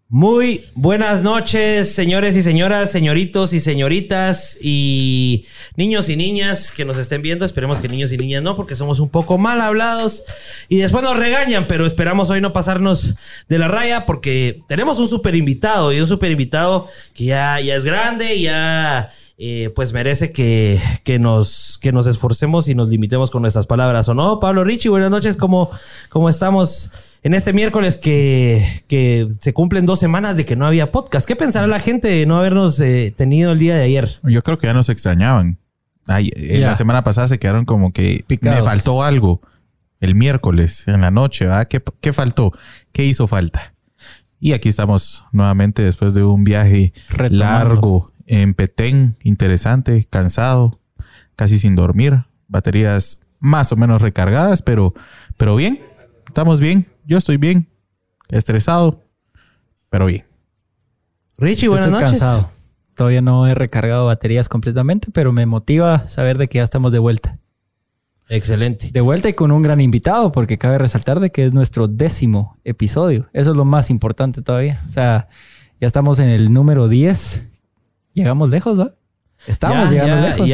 Muy buenas noches, señores y señoras, señoritos y señoritas y niños y niñas que nos estén viendo. Esperemos que niños y niñas no, porque somos un poco mal hablados y después nos regañan, pero esperamos hoy no pasarnos de la raya porque tenemos un súper invitado y un súper invitado que ya es grande, pues merece que nos esforcemos y nos limitemos con nuestras palabras, ¿o no? Pablo Richie, buenas noches, ¿cómo estamos en este miércoles que se cumplen 2 semanas de que no había podcast? ¿Qué pensará la gente de no habernos tenido el día de ayer? Yo creo que ya nos extrañaban. La semana pasada se quedaron como que picados. Me faltó algo el miércoles en la noche, ¿verdad? ¿Qué faltó? ¿Qué hizo falta? Y aquí estamos nuevamente después de un viaje largo en Petén, interesante, cansado, casi sin dormir, baterías más o menos recargadas, pero bien, estamos bien, yo estoy bien, estresado, pero bien. Richie, buenas noches. Estoy cansado, todavía no he recargado baterías completamente, pero me motiva saber de que ya estamos de vuelta. Excelente. De vuelta y con un gran invitado, porque cabe resaltar de que es nuestro 10º episodio. Eso es lo más importante todavía. O sea, ya estamos en el número 10. Llegamos llegamos lejos. Estamos llegando lejos.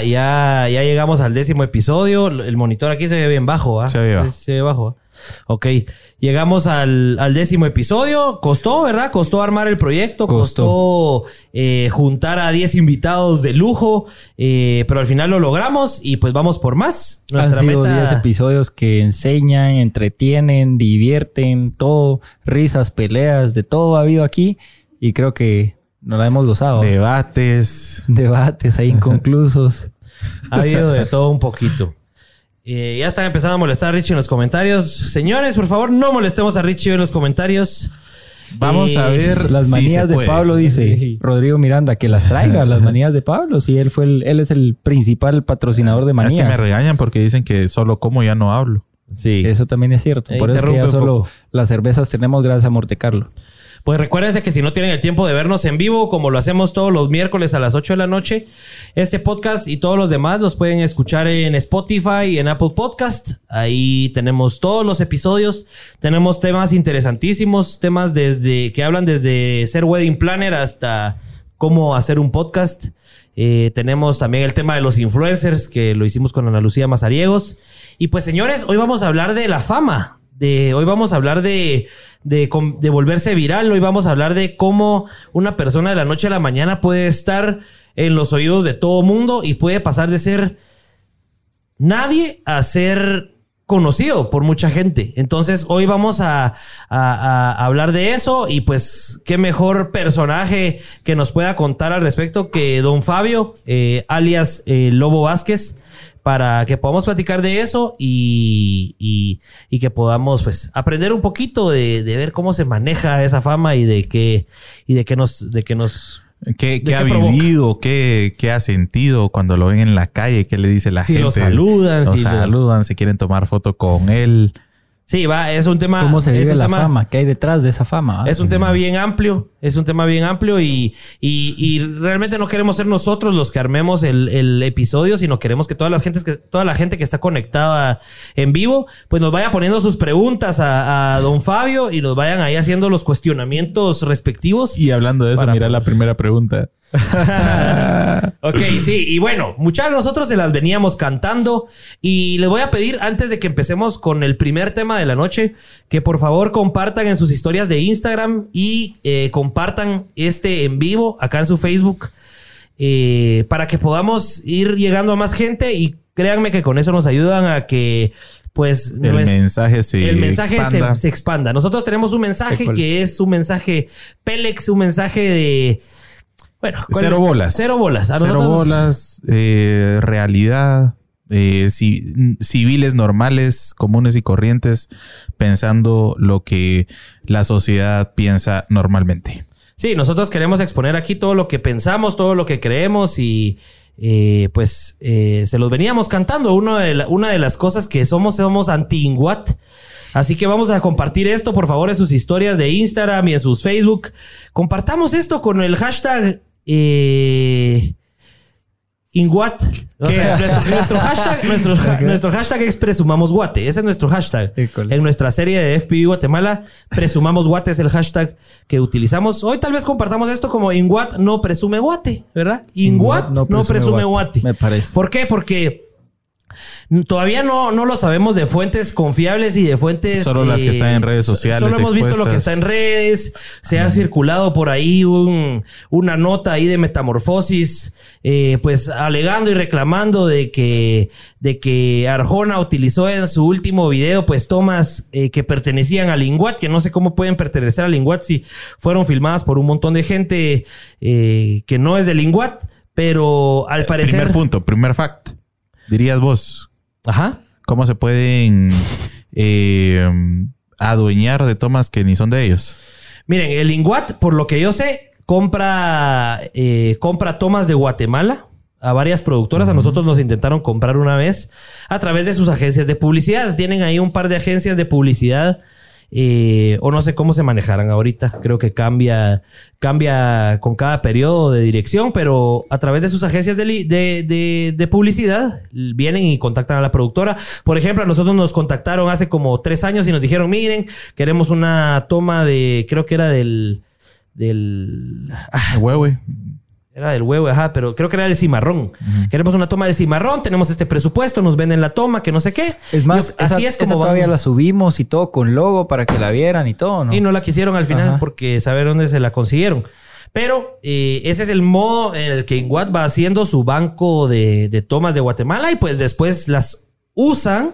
Ya llegamos al 10º episodio. El monitor aquí se ve bien bajo, ¿ah? Se ve bajo. Ok. Llegamos al 10º episodio. Costó, ¿verdad? Costó armar el proyecto. Costó juntar a 10 invitados de lujo. Pero al final lo logramos y pues vamos por más. Han sido 10 episodios que enseñan, entretienen, divierten, todo. Risas, peleas, de todo ha habido aquí. Y creo que nos la hemos gozado. Debates ahí inconclusos. Ha habido de todo un poquito. Ya están empezando a molestar a Richie en los comentarios. Señores, por favor, no molestemos a Richie en los comentarios. Vamos a ver las manías de Pablo, dice Rodrigo Miranda, que las traiga, las manías de Pablo. Sí, él es el principal patrocinador de manías. Es que me regañan porque dicen que solo como ya no hablo. Sí. Eso también es cierto. Por eso es que ya solo las cervezas tenemos gracias a Monte Carlo. Pues recuérdense que si no tienen el tiempo de vernos en vivo, como lo hacemos todos los miércoles a las 8 de la noche, este podcast y todos los demás los pueden escuchar en Spotify y en Apple Podcast. Ahí tenemos todos los episodios. Tenemos temas interesantísimos, temas que hablan desde ser wedding planner hasta cómo hacer un podcast. Tenemos también el tema de los influencers, que lo hicimos con Ana Lucía Mazariegos. Y pues, señores, hoy vamos a hablar de la fama. Hoy vamos a hablar de volverse viral. Hoy vamos a hablar de cómo una persona de la noche a la mañana puede estar en los oídos de todo mundo y puede pasar de ser nadie a ser conocido por mucha gente. Entonces hoy vamos a hablar de eso y pues qué mejor personaje que nos pueda contar al respecto que Don Fabio, alias Lobo Vázquez, para que podamos platicar de eso y que podamos pues aprender un poquito de ver cómo se maneja esa fama y de qué ha vivido, qué ha sentido cuando lo ven en la calle, qué le dice la gente. Lo saludan. Se quieren tomar foto con él. Sí, es un tema... ¿Cómo se vive la fama? ¿Qué hay detrás de esa fama? Es un tema bien amplio. Y realmente no queremos ser nosotros los que armemos el episodio, sino queremos que toda la gente que está conectada en vivo, pues nos vaya poniendo sus preguntas a Don Fabio y nos vayan ahí haciendo los cuestionamientos respectivos. Y hablando de eso, mira la primera pregunta. Ok, sí, y bueno, muchas de nosotros se las veníamos cantando y les voy a pedir antes de que empecemos con el primer tema de la noche que por favor compartan en sus historias de Instagram y compartan este en vivo acá en su Facebook para que podamos ir llegando a más gente y créanme que con eso nos ayudan a que pues el mensaje se expanda. Nosotros tenemos un mensaje que es un mensaje Pélex, un mensaje de... Bueno, cero bolas. Realidad. Civiles normales, comunes y corrientes, pensando lo que la sociedad piensa normalmente. Sí, nosotros queremos exponer aquí todo lo que pensamos, todo lo que creemos y se los veníamos cantando. Una de las cosas que somos anti-Inguat. Así que vamos a compartir esto, por favor, en sus historias de Instagram y en sus Facebook. Compartamos esto con el hashtag Inguat. O sea, nuestro hashtag es presumamos Guate. Ese es nuestro hashtag. En nuestra serie de FPV Guatemala, presumamos Guate es el hashtag que utilizamos. Hoy tal vez compartamos esto como Inguat no presume Guate, ¿verdad? Inguat no presume Guate. Me parece. ¿Por qué? Porque todavía no lo sabemos de fuentes confiables y de fuentes... Solo las que están en redes sociales. Solo hemos visto lo que está en redes. Se ha circulado por ahí una nota ahí de Metamorfosis, pues alegando y reclamando de que Arjona utilizó en su último video pues tomas que pertenecían al Inguat, que no sé cómo pueden pertenecer al Inguat si fueron filmadas por un montón de gente que no es del Inguat, pero al parecer... Primer fact. Dirías vos. Ajá. ¿Cómo se pueden adueñar de tomas que ni son de ellos? Miren, el Inguat, por lo que yo sé, compra tomas de Guatemala a varias productoras. A nosotros nos intentaron comprar una vez a través de sus agencias de publicidad. Tienen ahí un par de agencias de publicidad. O no sé cómo se manejarán ahorita. Creo que cambia con cada periodo de dirección, pero a través de sus agencias de publicidad vienen y contactan a la productora. Por ejemplo, a nosotros nos contactaron hace como 3 años y nos dijeron, miren, queremos una toma de, creo que era del Huehue. Era del huevo, ajá, pero creo que era del cimarrón. Queremos una toma del cimarrón, tenemos este presupuesto, nos venden la toma, que no sé qué. Es más, así es como todavía la subimos y todo con logo para que la vieran y todo, ¿no? Y no la quisieron al final porque saber dónde se la consiguieron. Pero ese es el modo en el que Inguat va haciendo su banco de tomas de Guatemala y pues después las usan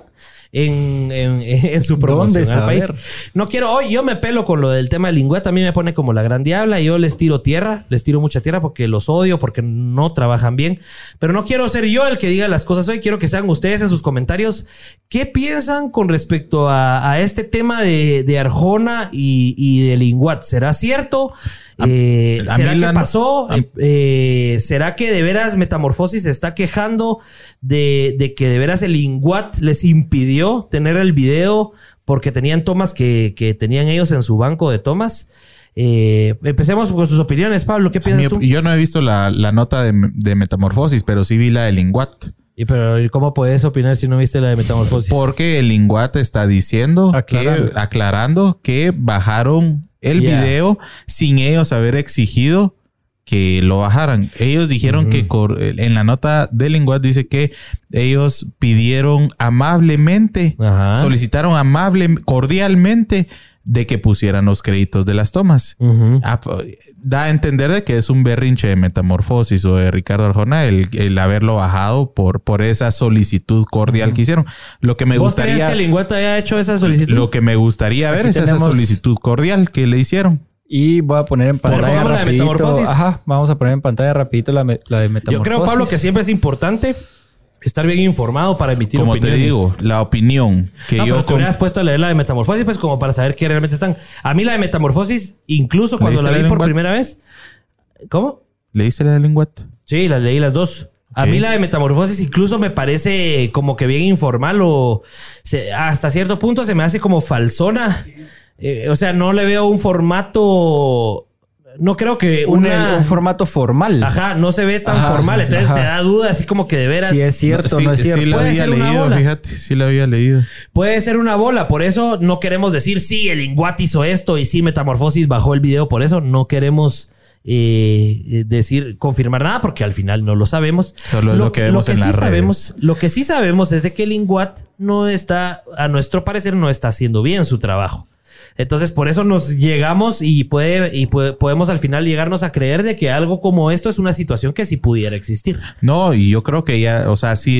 en su promoción al país. No quiero, hoy yo me pelo con lo del tema del Inguat, a mí me pone como la gran diabla y yo les tiro mucha tierra porque los odio, porque no trabajan bien, pero no quiero ser yo el que diga las cosas hoy, quiero que sean ustedes en sus comentarios qué piensan con respecto a este tema de Arjona y del Inguat. ¿Será cierto? ¿Será que pasó? ¿Será que de veras Metamorfosis se está quejando de que de veras el Inguat les impidió tener el video porque tenían tomas que tenían ellos en su banco de tomas? Empecemos con sus opiniones, Pablo. ¿Qué piensas tú? Yo no he visto la nota de Metamorfosis, pero sí vi la del Inguat. Pero ¿cómo puedes opinar si no viste la de Metamorfosis? Porque el Inguat está diciendo aclarando que bajaron el video sin ellos haber exigido que lo bajaran. Ellos dijeron que en la nota del Inguat dice que ellos pidieron amablemente, solicitaron cordialmente de que pusieran los créditos de las tomas. Da a entender de que es un berrinche de Metamorfosis o de Ricardo Arjona el haberlo bajado por esa solicitud cordial que hicieron. Lo que me gustaría... ¿Vos crees que el Inguat haya hecho esa solicitud? Lo que me gustaría ver es esa solicitud cordial que le hicieron. Y voy a poner en pantalla la de Metamorfosis. Vamos a poner en pantalla rapidito la de Metamorfosis. Yo creo, Pablo, que siempre es importante estar bien informado para emitir opiniones. Como te digo, la opinión que yo... te hubieras puesto a leer la de Metamorfosis, pues como para saber qué realmente están. A mí la de Metamorfosis, incluso cuando la vi por primera vez... ¿Cómo? ¿Leíste la del Inguat? Sí, las leí las dos. A mí la de Metamorfosis incluso me parece como que bien informal hasta cierto punto se me hace como falsona. O sea, no le veo un formato... No creo que un formato formal. Ajá, no se ve tan formal. Entonces te da duda así como que de veras... Si es cierto no es cierto. Sí la había leído, fíjate. Sí la había leído. Puede ser una bola. Por eso no queremos decir sí, el Inguat hizo esto y sí, Metamorfosis bajó el video. Por eso no queremos confirmar nada porque al final no lo sabemos. Solo es lo que vemos en las redes. Lo que sí sabemos es de que el Inguat no está, a nuestro parecer, no está haciendo bien su trabajo. Entonces, por eso nos llegamos y podemos al final llegarnos a creer de que algo como esto es una situación que sí pudiera existir. No, y yo creo que ya,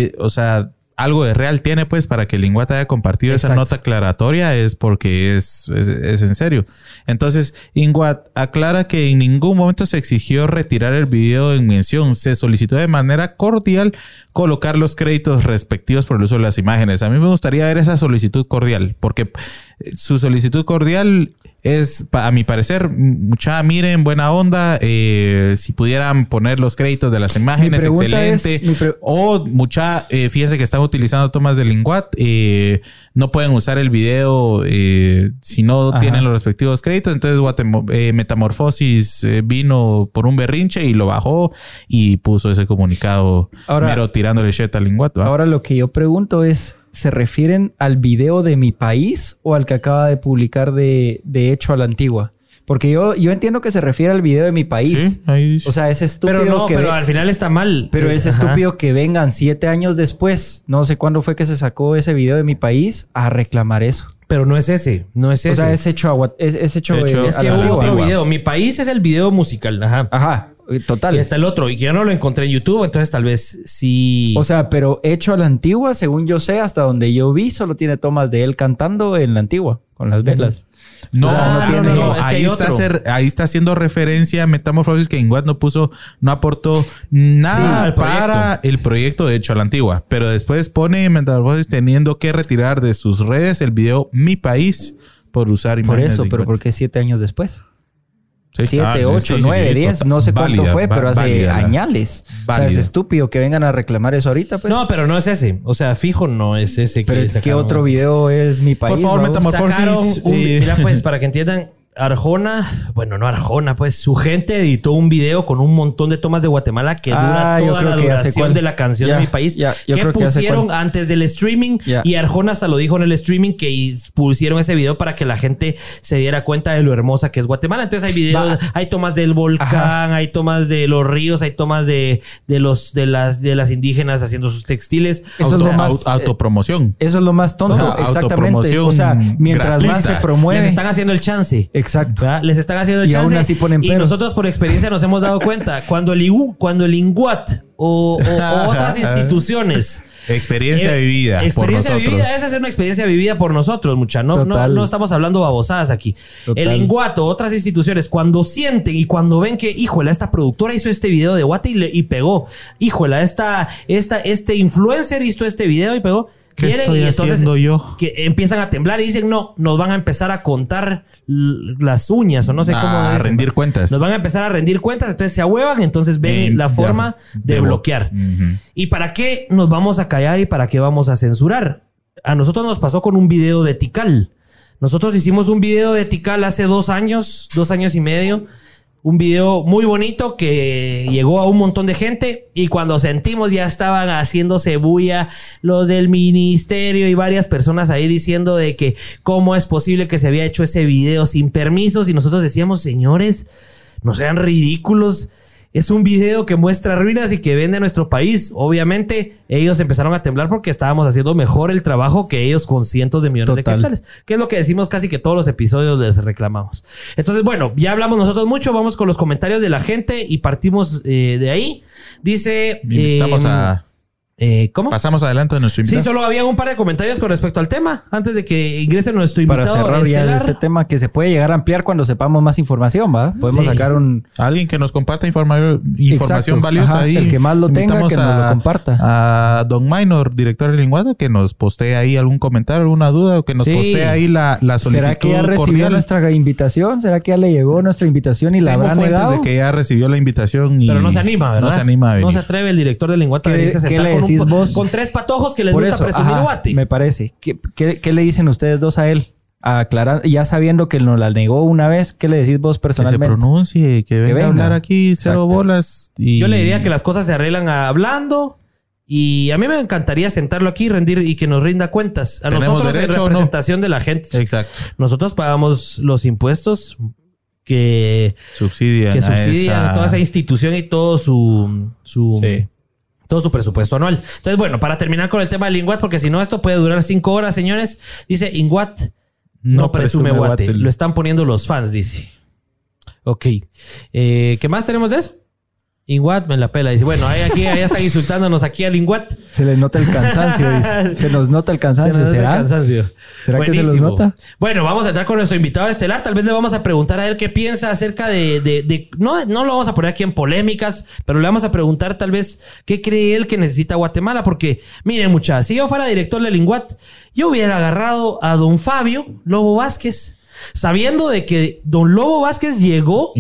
algo de real tiene, pues, para que el Inguat haya compartido esa nota aclaratoria es porque es en serio. Entonces, Inguat aclara que en ningún momento se exigió retirar el video en mención. Se solicitó de manera cordial colocar los créditos respectivos por el uso de las imágenes. A mí me gustaría ver esa solicitud cordial, porque su solicitud cordial a mi parecer, mucha, miren, buena onda. Si pudieran poner los créditos de las imágenes, excelente. O mucha, fíjense que están utilizando tomas de Linguat. No pueden usar el video si no tienen los respectivos créditos. Entonces Metamorfosis vino por un berrinche y lo bajó y puso ese comunicado mero tirándole shit a Linguat, ¿va? Ahora lo que yo pregunto es, ¿se refieren al video de Mi País o al que acaba de publicar de Hecho a la Antigua? Porque yo entiendo que se refiere al video de Mi País. Sí, ahí... O sea, es estúpido pero al final está mal. Pero es estúpido que vengan 7 años después. No sé cuándo fue que se sacó ese video de Mi País a reclamar eso. Pero no es ese. No es ese. O sea, es hecho es que hubo otro video. Mi País es el video musical. Ajá. Total. Y está el otro. Y que yo no lo encontré en YouTube. Entonces tal vez sí... O sea, pero Hecho a la Antigua, según yo sé, hasta donde yo vi, solo tiene tomas de él cantando en la Antigua. Con las velas. No, ahí está haciendo referencia a Metamorfosis, que Linguat no aportó nada para el proyecto de Hecho a la Antigua. Pero después pone Metamorfosis teniendo que retirar de sus redes el video Mi País por usar imágenes. Por eso, pero ¿por qué 7 años después? 7, 8, 9, 10, no sé cuánto fue, pero hace añales. O sea, es estúpido que vengan a reclamar eso ahorita, pues. No, pero no es ese. O sea, fijo no es ese. Pero ¿qué otro video es Mi País? Por favor, Metamorfosis. Mira, pues, para que entiendan, Arjona, bueno, no Arjona, pues su gente editó un video con un montón de tomas de Guatemala que dura toda la duración de la canción de Mi País, que pusieron antes del streaming, y Arjona hasta lo dijo en el streaming que pusieron ese video para que la gente se diera cuenta de lo hermosa que es Guatemala. Entonces hay videos, hay tomas del volcán, hay tomas de los ríos, hay tomas de las indígenas haciendo sus textiles. Eso es lo más autopromoción. Eso es lo más tonto, exactamente. O sea, mientras más se promueve, les están haciendo el chance. Exacto. ¿Verdad? Les están haciendo el chance. Aún así ponen peros. Y nosotros por experiencia nos hemos dado cuenta. Cuando el Linguat o otras instituciones... Experiencia vivida por nosotros. Esa es una experiencia vivida por nosotros, mucha. No estamos hablando babosadas aquí. Total. El Linguat o otras instituciones, cuando sienten y cuando ven que, híjole, esta productora hizo este video de Guate y pegó. Híjole, este influencer hizo este video y pegó. ¿Qué estoy haciendo yo? Que empiezan a temblar y dicen, no, nos van a empezar a contar las uñas o no sé cómo. A rendir cuentas. Nos van a empezar a rendir cuentas, entonces se ahuevan, entonces ven la forma de bloquear. ¿Y para qué nos vamos a callar y para qué vamos a censurar? A nosotros nos pasó con un video de Tikal. Nosotros hicimos un video de Tikal hace 2 años y medio. Un video muy bonito que llegó a un montón de gente y cuando sentimos ya estaban haciéndose bulla los del ministerio y varias personas ahí diciendo de que cómo es posible que se había hecho ese video sin permisos y nosotros decíamos, señores, no sean ridículos. Es un video que muestra ruinas y que vende nuestro país. Obviamente, ellos empezaron a temblar porque estábamos haciendo mejor el trabajo que ellos con cientos de millones de quetzales. Que es lo que decimos casi que todos los episodios les reclamamos. Entonces, bueno, ya hablamos nosotros mucho. Vamos con los comentarios de la gente y partimos de ahí. Dice... Invitamos a... ¿Cómo? Pasamos adelante de nuestro invitado. Sí, solo había un par de comentarios con respecto al tema antes de que ingrese nuestro invitado. Para cerrar ya ese tema que se puede llegar a ampliar cuando sepamos más información, ¿va? Podemos sacar alguien que nos comparta información valiosa ahí. El que más lo tenga, que nos lo comparta. A Don Minor, director de Linguat, que nos postee ahí algún comentario, alguna duda, o que nos postee ahí la solicitud. ¿Será que ya recibió nuestra invitación? ¿Será que ya le llegó nuestra invitación y la habrá negado? De que ya recibió la invitación. Pero no se anima, ¿verdad? No se anima a venir. No se atreve el director de Linguat a venirse a sentar con 3 patojos que les gusta presumir Guate. Me parece. ¿Qué le dicen ustedes dos a él? Aclarar, ya sabiendo que nos la negó una vez, ¿qué le decís vos personalmente? Que se pronuncie, que venga a hablar aquí, cero bolas. Yo le diría que las cosas se arreglan hablando. Y a mí me encantaría sentarlo aquí y que nos rinda cuentas. A nosotros en representación de la gente. Exacto. Nosotros pagamos los impuestos que subsidian a toda esa institución y todo todo su presupuesto anual. Entonces, bueno, para terminar con el tema del Linguat, porque si no, esto puede durar 5 horas, señores. Dice, Linguat no presume Guate. Lo están poniendo los fans, dice. Ok. ¿Qué más tenemos de eso? Linguat me la pela. Dice, bueno, ya están insultándonos aquí a Linguat. Se les nota el cansancio, dice. Se nos nota el cansancio. ¿Será que se los nota? Bueno, vamos a entrar con nuestro invitado estelar. Tal vez le vamos a preguntar a él qué piensa acerca de no lo vamos a poner aquí en polémicas, pero le vamos a preguntar tal vez qué cree él que necesita Guatemala. Porque, miren, muchachos, si yo fuera director de Linguat, yo hubiera agarrado a don Fabio Lobo Vázquez. sabiendo de que Don Lobo Vázquez llegó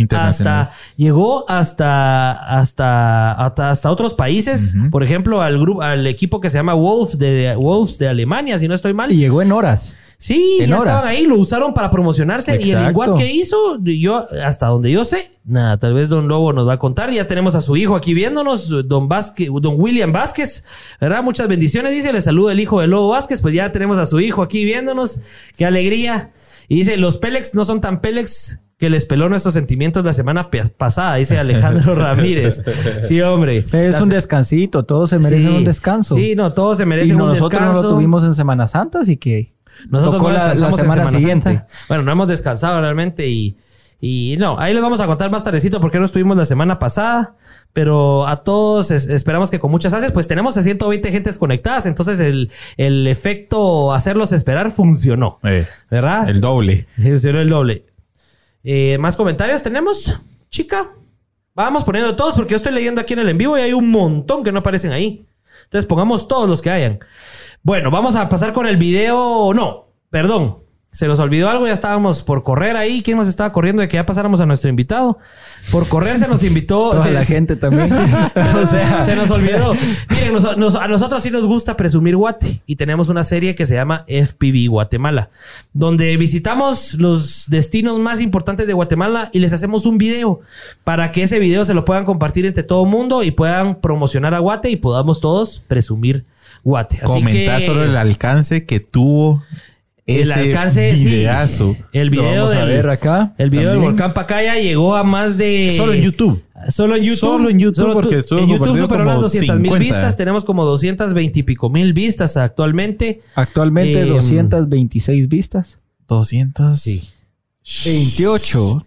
hasta otros países, por ejemplo, al equipo que se llama Wolves de Alemania, si no estoy mal. Y llegó en horas. Sí, ya estaban ahí, lo usaron para promocionarse. Exacto. Y el INGUAT que hizo, yo, hasta donde yo sé, nada, tal vez Don Lobo nos va a contar. Ya tenemos a su hijo aquí viéndonos, Don William Vázquez, ¿verdad? Muchas bendiciones, dice, le saluda el hijo de Lobo Vázquez, pues ya tenemos a su hijo aquí viéndonos, qué alegría. Y dice, los Pélex no son tan Pélex que les peló nuestros sentimientos la semana pasada, dice Alejandro Ramírez. Sí, hombre. Es un descansito, todos se merecen un descanso. Sí, no, todos se merecen un descanso. Nosotros no lo tuvimos en Semana Santa, así que... Nosotros no la semana siguiente. Santa. Bueno, no hemos descansado realmente y no, ahí les vamos a contar más tardecito por qué no estuvimos la semana pasada. Pero a todos esperamos que con muchas gracias, pues tenemos a 120 gentes conectadas. Entonces el efecto hacerlos esperar funcionó. ¿Verdad? El doble. Funcionó el doble. ¿Más comentarios tenemos, chica? Vamos poniendo todos porque yo estoy leyendo aquí en el en vivo y hay un montón que no aparecen ahí. Entonces pongamos todos los que hayan. Bueno, vamos a pasar con el video. No, perdón. Se nos olvidó algo. Ya estábamos por correr ahí. ¿Quién nos estaba corriendo de que ya pasáramos a nuestro invitado? Por correr se nos invitó. Toda la gente también. O sea, se nos olvidó. Miren, a nosotros sí nos gusta presumir Guate. Y tenemos una serie que se llama FPV Guatemala. Donde visitamos los destinos más importantes de Guatemala y les hacemos un video. Para que ese video se lo puedan compartir entre todo el mundo y puedan promocionar a Guate y podamos todos presumir Guate. Así comentar sobre el alcance que tuvo el alcance, videazo. Sí. El video vamos a ver acá. El video del volcán Pacaya llegó a más de... Solo en YouTube. Solo en YouTube porque estuvo en YouTube superó las 200,000 vistas. Tenemos como 220 y pico mil vistas actualmente. Actualmente 226 vistas. 200. Sí. 28.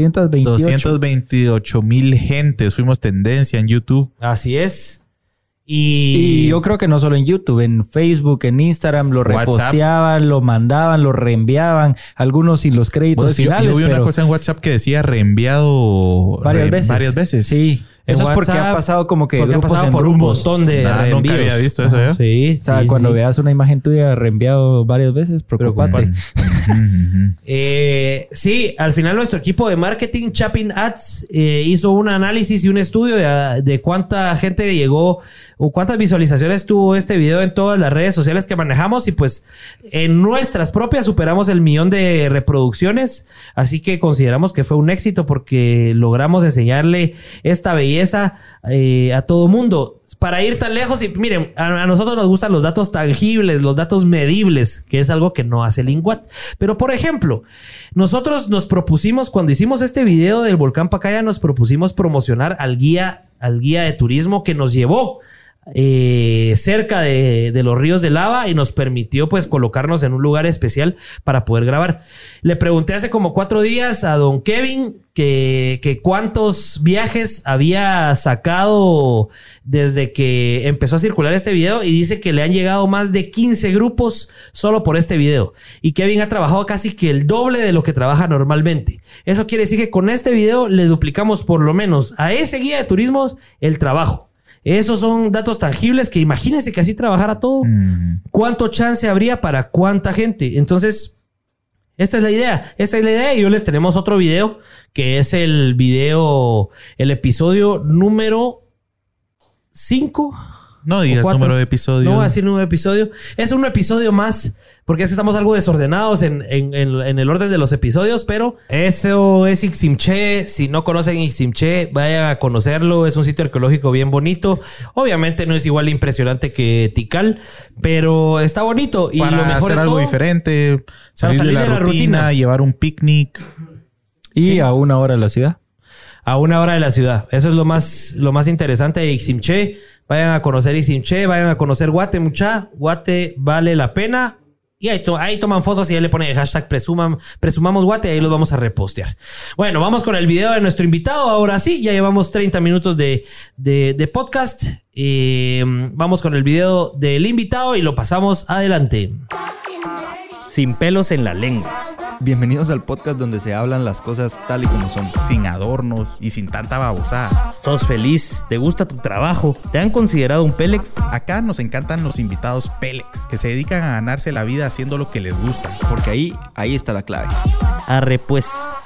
228,000 gentes. Fuimos tendencia en YouTube. Así es. Y yo creo que no solo en YouTube, en Facebook, en Instagram, lo reposteaban, lo mandaban, lo reenviaban, algunos sin los créditos finales. Yo vi una cosa en WhatsApp que decía reenviado varias veces. Sí. Eso es porque ha pasado como que ha pasado por un montón de reenvíos. Nunca había visto eso, ¿eh? Sí. O sea, cuando veas una imagen tuya reenviado varias veces, preocupate. Sí, al final nuestro equipo de marketing, Chapin Ads, hizo un análisis y un estudio de cuánta gente llegó o cuántas visualizaciones tuvo este video en todas las redes sociales que manejamos. Y pues en nuestras propias superamos el 1,000,000 de reproducciones. Así que consideramos que fue un éxito porque logramos enseñarle esta belleza a todo mundo. Para ir tan lejos, y miren, a nosotros nos gustan los datos tangibles, los datos medibles, que es algo que no hace el INGUAT. Pero, por ejemplo, nosotros nos propusimos, cuando hicimos este video del volcán Pacaya, nos propusimos promocionar al guía de turismo que nos llevó cerca de los ríos de lava y nos permitió pues colocarnos en un lugar especial para poder grabar. Le pregunté hace como 4 días a don Kevin que cuántos viajes había sacado desde que empezó a circular este video y dice que le han llegado más de 15 grupos solo por este video. Y Kevin ha trabajado casi que el doble de lo que trabaja normalmente. Eso quiere decir que con este video le duplicamos por lo menos a ese guía de turismo el trabajo. Esos son datos tangibles que imagínense que así trabajara todo. ¿Cuánto chance habría para cuánta gente? Entonces, esta es la idea. Y hoy les tenemos otro video que es el episodio número 5. No digas número de episodio. No voy a decir número de episodio. Es un episodio más, porque es que estamos algo desordenados en el orden de los episodios, pero eso es Iximché. Si no conocen Iximché, vayan a conocerlo. Es un sitio arqueológico bien bonito. Obviamente no es igual de impresionante que Tikal, pero está bonito. Y para lo mejor hacer algo diferente, salir de la rutina, llevar un picnic. Y a 1 hora de la ciudad. A 1 hora de la ciudad. Eso es lo más interesante de Iximché. Vayan a conocer Iximché, vayan a conocer Guate, mucha. Guate vale la pena. Y ahí toman fotos y ahí le ponen el hashtag presumamos Guate y ahí los vamos a repostear. Bueno, vamos con el video de nuestro invitado. Ahora sí, ya llevamos 30 minutos de podcast. Vamos con el video del invitado y lo pasamos adelante. sin pelos en la lengua. Bienvenidos al podcast donde se hablan las cosas tal y como son. Sin adornos y sin tanta babosada. ¿Sos feliz? ¿Te gusta tu trabajo? ¿Te han considerado un Pélex? Acá nos encantan los invitados Pélex, que se dedican a ganarse la vida haciendo lo que les gusta. Porque ahí está la clave. Arre pues.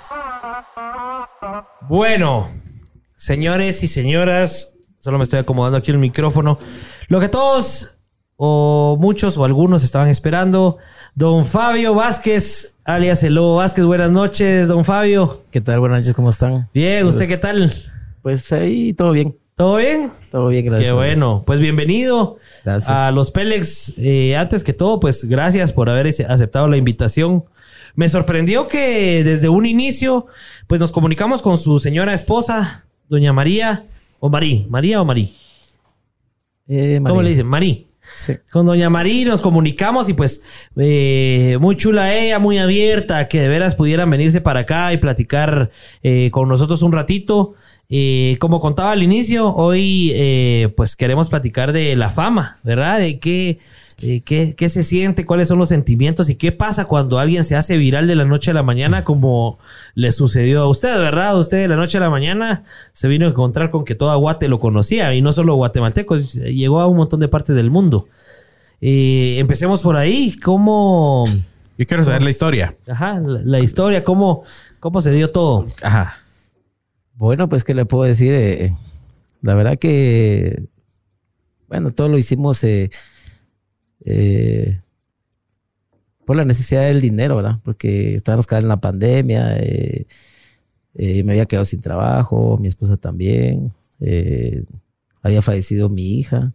Bueno, señores y señoras, solo me estoy acomodando aquí el micrófono. Lo que todos, o muchos, o algunos estaban esperando, don Fabio Vázquez, alias el Lobo Vázquez. Buenas noches, don Fabio. ¿Qué tal? Buenas noches, ¿cómo están? Bien, ¿usted qué tal? Pues ahí todo bien. ¿Todo bien? Todo bien, gracias. Qué bueno. Pues bienvenido Gracias. a los Pélex. Antes que todo, pues gracias por haber aceptado la invitación. Me sorprendió que desde un inicio, pues nos comunicamos con su señora esposa, doña María, o Marí. ¿María o Marí? ¿Cómo María. le dicen? Marí. Sí. Con doña Marí nos comunicamos y pues muy chula ella, muy abierta, que de veras pudieran venirse para acá y platicar con nosotros un ratito. Como contaba al inicio, hoy pues queremos platicar de la fama, ¿verdad? De qué se siente, cuáles son los sentimientos y qué pasa cuando alguien se hace viral de la noche a la mañana, como le sucedió a usted, ¿verdad? Usted de la noche a la mañana se vino a encontrar con que toda Guate lo conocía, y no solo guatemaltecos, llegó a un montón de partes del mundo. Empecemos por ahí. ¿Cómo? Yo quiero saber la historia. Ajá, la historia, ¿cómo se dio todo? Ajá. Bueno, pues, ¿qué le puedo decir? La verdad que, bueno, todo lo hicimos por la necesidad del dinero, ¿verdad? Porque estábamos en la pandemia, me había quedado sin trabajo, mi esposa también, había fallecido mi hija.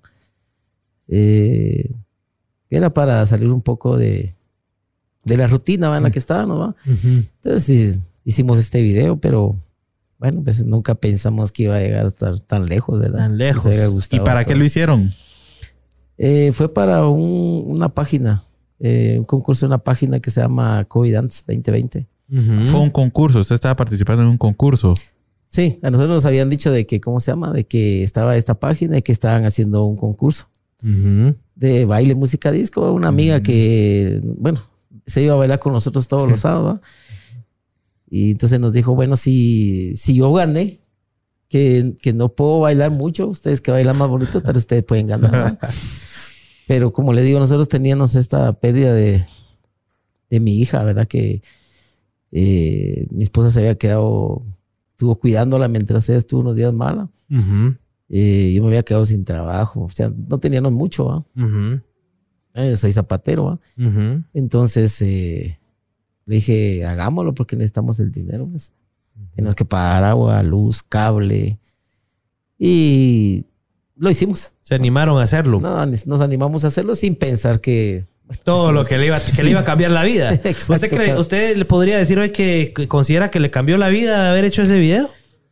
Era para salir un poco de la rutina, ¿va? En la que estábamos, ¿va? Uh-huh. Entonces hicimos este video, pero bueno, pues nunca pensamos que iba a llegar a estar tan lejos, ¿verdad? Tan lejos. Que se haya ¿Y gustado para a qué todos. lo hicieron? Fue para una página, un concurso de una página que se llama COVID Dance 2020. Uh-huh. Fue un concurso. Usted estaba participando en un concurso. Sí, a nosotros nos habían dicho de que, ¿cómo se llama? De que estaba esta página y que estaban haciendo un concurso Uh-huh. de baile, música, disco. Una amiga que, bueno, se iba a bailar con nosotros todos los sábados, ¿va? Y entonces nos dijo, bueno, si yo gané, que no puedo bailar mucho, ustedes que bailan más bonito, tal vez ustedes pueden ganar, ¿va? Pero como le digo, nosotros teníamos esta pérdida de mi hija, ¿verdad? Que mi esposa se había quedado, estuvo cuidándola mientras ella estuvo unos días mala. Uh-huh. Yo me había quedado sin trabajo, o sea, no teníamos mucho, ¿va? Uh-huh. Soy zapatero, ¿va? Uh-huh. Entonces le dije, hagámoslo porque necesitamos el dinero, pues. Tenemos que pagar agua, luz, cable. Y lo hicimos. Se animaron a hacerlo. No, nos animamos a hacerlo sin pensar que... Todo lo que le iba a cambiar la vida. Exacto, claro. ¿Usted le podría decir hoy que considera que le cambió la vida haber hecho ese video?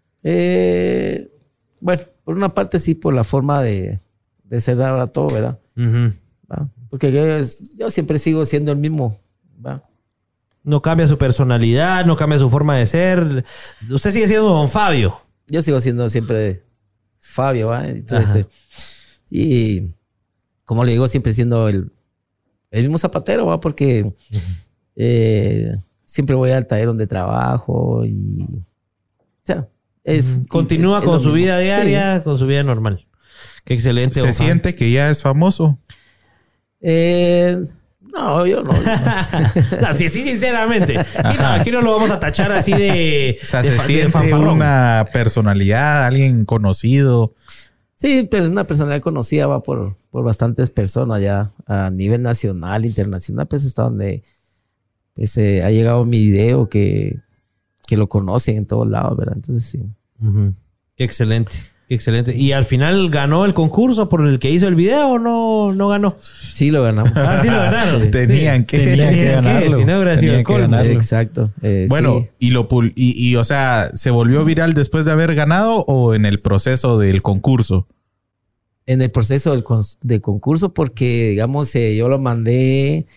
Bueno, por una parte sí, por la forma de ser ahora todo, ¿verdad? Uh-huh. ¿Va? Porque yo siempre sigo siendo el mismo, ¿va? No cambia su personalidad, no cambia su forma de ser. Usted sigue siendo don Fabio. Yo sigo siendo siempre Fabio, ¿va? Entonces, y como le digo, siempre siendo el mismo zapatero, ¿va? Porque siempre voy al taller donde trabajo y... O sea, Continúa con su mismo. vida diaria, con su vida normal. Qué excelente. ¿Se don Fabio. siente que ya es famoso? No, yo no. Así, sinceramente. Aquí no lo vamos a tachar así de... O sea, de ¿se fa- de siente fanfarrón. una personalidad, alguien conocido? Sí, pero es una personalidad conocida, va por bastantes personas ya a nivel nacional, internacional, pues hasta donde pues, ha llegado mi video que lo conocen en todos lados, ¿verdad? Entonces sí. Ujú. Qué excelente. Qué excelente. ¿Y al final ganó el concurso por el que hizo el video o no ganó? Sí lo ganamos. Ah, sí lo ganaron. Sí. Tenían que... Tenían que ganarlo. Si no hubiera sido el Tenían que colmo. ganarlo. Exacto. Bueno, Sí. o sea, ¿se volvió viral después de haber ganado o en el proceso del concurso? En el proceso del concurso, porque digamos, yo lo mandé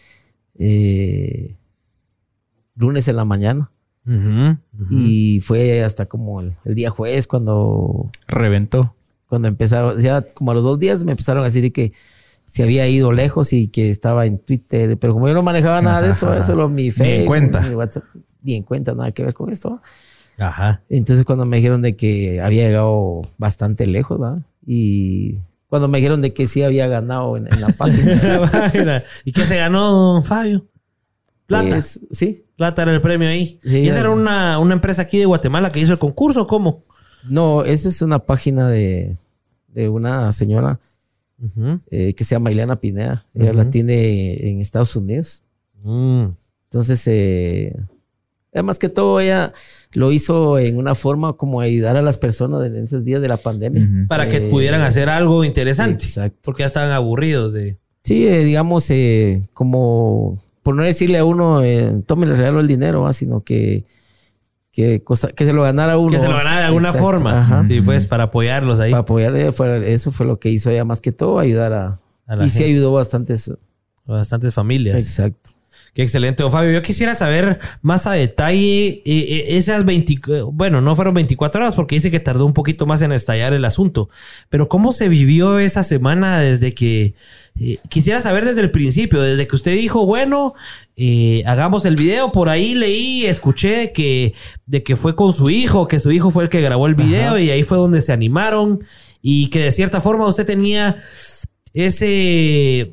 lunes en la mañana. Ujú, ujú. Y fue hasta como el día jueves cuando Reventó. empezaron, ya como a los 2 días me empezaron a decir que si había ido lejos y que estaba en Twitter. Pero como yo no manejaba nada de esto, solo mi Facebook, Ni en cuenta. mi WhatsApp, ni en cuenta, nada que ver con esto. Ajá. Entonces cuando me dijeron de que había llegado bastante lejos, ¿va? Y cuando me dijeron de que sí había ganado en la página. ¿Y qué se ganó, don Fabio? Plata. Pues, sí. Plata era el premio ahí. Sí, ¿Y esa era una empresa aquí de Guatemala que hizo el concurso? ¿Cómo? No, esa es una página de una señora Ujú. que se llama Ileana Pineda. Ella Ujú. la tiene en Estados Unidos. Entonces, además que todo, ella lo hizo en una forma como ayudar a las personas en esos días de la pandemia. Ujú. Para que pudieran hacer algo interesante. Exacto. Porque ya estaban aburridos de... Sí, digamos, como por no decirle a uno, tome le regalo el dinero, ¿va? Sino que se lo ganara uno. Que se lo ganara de alguna Exacto. forma. Ajá. Sí, pues para apoyarlos ahí. Para apoyar, eso fue lo que hizo ella más que todo, ayudar A la y sí gente. ayudó bastantes. Bastantes familias. Exacto. Qué excelente, don Fabio. Yo quisiera saber más a detalle esas 20... Bueno, no fueron 24 horas porque dice que tardó un poquito más en estallar el asunto. Pero ¿cómo se vivió esa semana desde que... quisiera saber desde el principio, desde que usted dijo, bueno, hagamos el video. Por ahí leí, escuché de que fue con su hijo, que su hijo fue el que grabó el video. Ajá. Y ahí fue donde se animaron. Y que de cierta forma usted tenía ese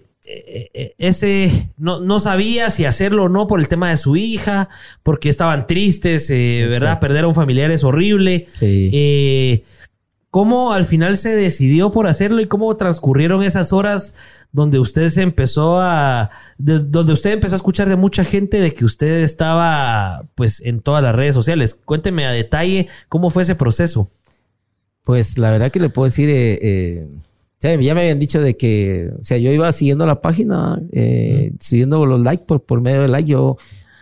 no sabía si hacerlo o no por el tema de su hija, porque estaban tristes, ¿verdad? Perder a un familiar es horrible. Sí. ¿Cómo al final se decidió por hacerlo y cómo transcurrieron esas horas donde usted donde usted empezó a escuchar de mucha gente de que usted estaba pues en todas las redes sociales? Cuénteme a detalle cómo fue ese proceso. Pues la verdad que le puedo decir, o sea, ya me habían dicho de que, o sea, yo iba siguiendo la página, siguiendo los likes por medio de like. Yo,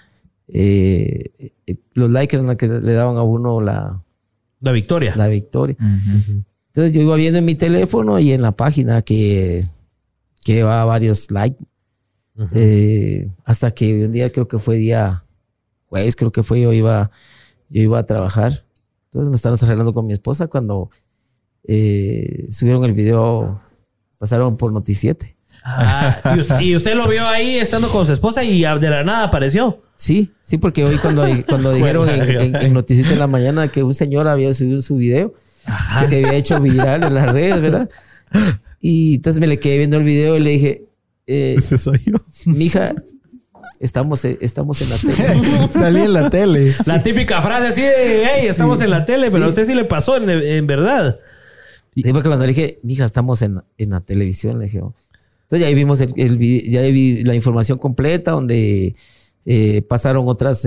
los likes eran los que le daban a uno la victoria. victoria. Ujú. Entonces yo iba viendo en mi teléfono y en la página que llevaba varios likes. Ujú. Hasta que un día, creo que fue día jueves, creo que fue, yo iba a trabajar. Entonces nos estábamos arreglando con mi esposa cuando subieron el video, pasaron por Noticiete. Y usted lo vio ahí estando con su esposa y de la nada apareció. Sí, porque hoy cuando dijeron en Noticiete en la mañana que un señor había subido su video, que se había hecho viral en las redes, ¿verdad? Y entonces me le quedé viendo el video y le dije, Ese soy yo. mija, estamos en la tele. Salí en la tele. La típica frase así de, hey, estamos en la tele, pero a usted sí le pasó en verdad. Sí, porque cuando le dije, mija, estamos en la televisión, le dije, oh. Entonces ya ahí vimos el video, ya ahí vi la información completa donde pasaron otros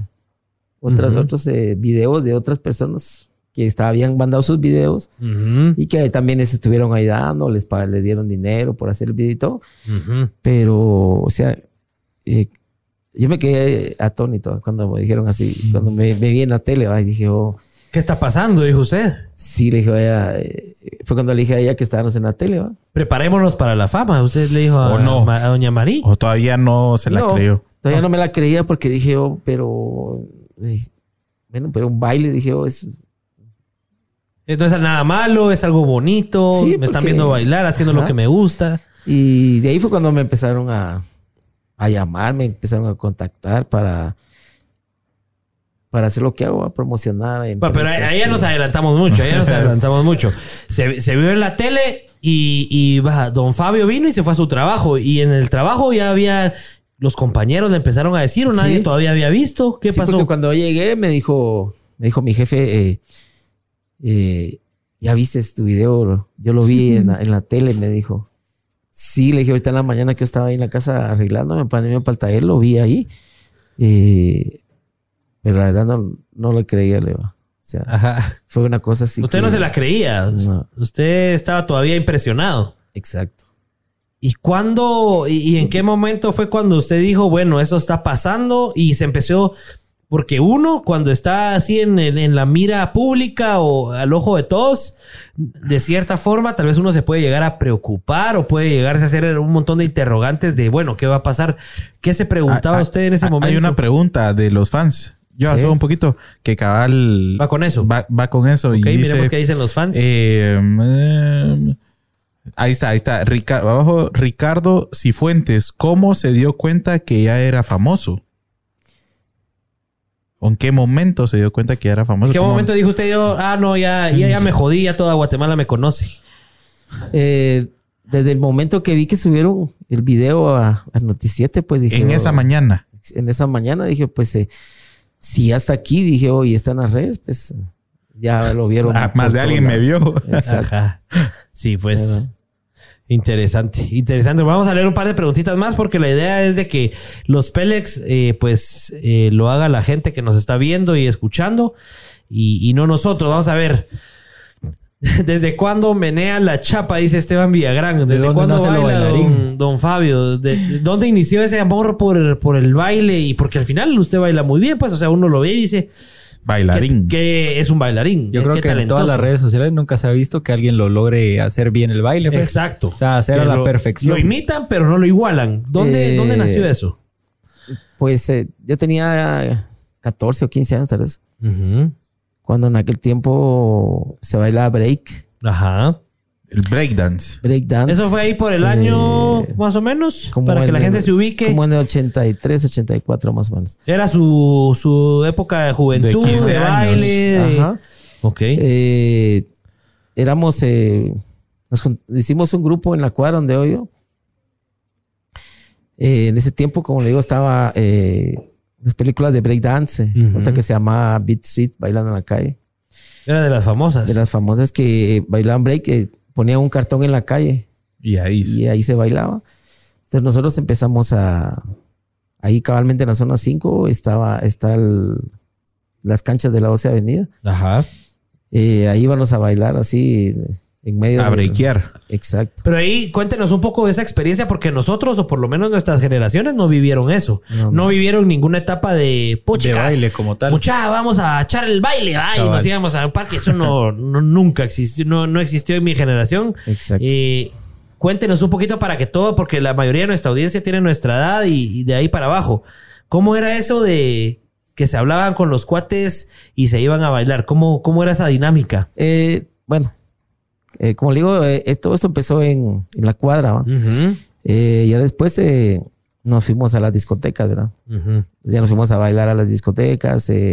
videos de otras personas que habían mandado sus videos y que también les estuvieron ayudando, les dieron dinero por hacer el video y todo. Pero, o sea, yo me quedé atónito cuando me dijeron así, cuando me vi en la tele, y dije, oh, ¿Qué está pasando? Dijo usted. sí, le dije a ella, fue cuando le dije a ella que estábamos en la tele, ¿va? Preparémonos para la fama. Usted le dijo a, ¿O no? a doña Marí. O todavía no se la No, creyó. Todavía no me la creía porque dije, oh, pero pero un baile, dije, oh, es... No es nada malo, es algo bonito. Sí, me están porque- viendo bailar, haciendo lo Ajá. que me gusta. Y de ahí fue cuando me empezaron a llamar, me empezaron a contactar para hacer lo que hago, a promocionar. Bueno, pero ahí ya nos adelantamos mucho. Se vio en la tele y don Fabio vino y se fue a su trabajo. Y en el trabajo ya había... Los compañeros le empezaron a decir o nadie Sí. todavía había visto. ¿Qué Sí, pasó? porque cuando llegué me dijo mi jefe, ¿ya viste tu video? Yo lo vi en la tele, me dijo. Sí, le dije, ahorita en la mañana que yo estaba ahí en la casa arreglándome para irme para el taller, lo vi ahí. Pero la verdad no le creía, Leva. O sea, Ajá. fue una cosa así. Usted que- no se la creía. No. Usted estaba todavía impresionado. Exacto. ¿Y cuándo y en qué momento fue cuando usted dijo, bueno, esto está pasando y se empezó? Porque uno, cuando está así en la mira pública o al ojo de todos, de cierta forma, tal vez uno se puede llegar a preocupar o puede llegarse a hacer un montón de interrogantes de, bueno, ¿qué va a pasar? ¿Qué se preguntaba usted en ese momento? Hay una pregunta de los fans. Yo Sí. asumo un poquito que cabal... Va con eso. Va con eso. Ok, y dice, miremos qué dicen los fans. Ahí está. Abajo, Ricardo Cifuentes. ¿Cómo se dio cuenta que ya era famoso? ¿O en qué momento se dio cuenta que ya era famoso? ¿En qué momento dijo usted ya me jodí, ya toda Guatemala me conoce? Desde el momento que vi que subieron el video a Noticiete, pues dije... En esa mañana. En esa mañana dije, pues, si hasta aquí, dije, y están las redes, pues, ya lo vieron. Más de alguien me vio. Ajá. Sí, pues... Interesante. Vamos a leer un par de preguntitas más porque la idea es de que los Pélex, lo haga la gente que nos está viendo y escuchando y no nosotros. Vamos a ver. ¿Desde cuándo menea la chapa? Dice Esteban Villagrán. ¿Desde cuándo baila don Fabio? ¿Dónde inició ese amor por el baile? Y porque al final usted baila muy bien, pues, o sea, uno lo ve y dice... Bailarín. Que es un bailarín. Yo creo que en todas las redes sociales nunca se ha visto que alguien lo logre hacer bien el baile. Pues. Exacto. O sea, hacer a la perfección. Lo imitan, pero no lo igualan. ¿Dónde nació eso? Pues yo tenía 14 o 15 años, tal vez. Uh-huh. Cuando en aquel tiempo se bailaba break. Ajá. El breakdance. Breakdance. Eso fue ahí por el año, más o menos, para que la gente se ubique. Como en el 83, 84 más o menos. Era su época de juventud, de baile. Ajá. Ok. Hicimos un grupo en la cuadra donde hoy yo. En ese tiempo, como le digo, estaba las películas de breakdance. Otra que se llamaba Beat Street, Bailando en la Calle. Era de las famosas. De las famosas que bailaban break, ponían un cartón en la calle. Y ahí se bailaba. Entonces nosotros empezamos ahí cabalmente en la zona 5 las canchas de la 12 Avenida. Ajá. Ahí íbamos a bailar así en medio. A breakear. Exacto. Pero ahí cuéntenos un poco de esa experiencia porque nosotros, o por lo menos nuestras generaciones, no vivieron eso. No vivieron ninguna etapa de baile como tal. Mucha, vamos a echar el baile. Y nos íbamos al parque. Eso nunca existió. No existió en mi generación. Exacto. Cuéntenos un poquito para que todo, porque la mayoría de nuestra audiencia tiene nuestra edad y de ahí para abajo. ¿Cómo era eso de que se hablaban con los cuates y se iban a bailar? ¿Cómo era esa dinámica? Como le digo, todo esto empezó en la cuadra. Uh-huh. Ya después nos fuimos a las discotecas, ¿verdad? Uh-huh. Ya nos fuimos a bailar a las discotecas. Yo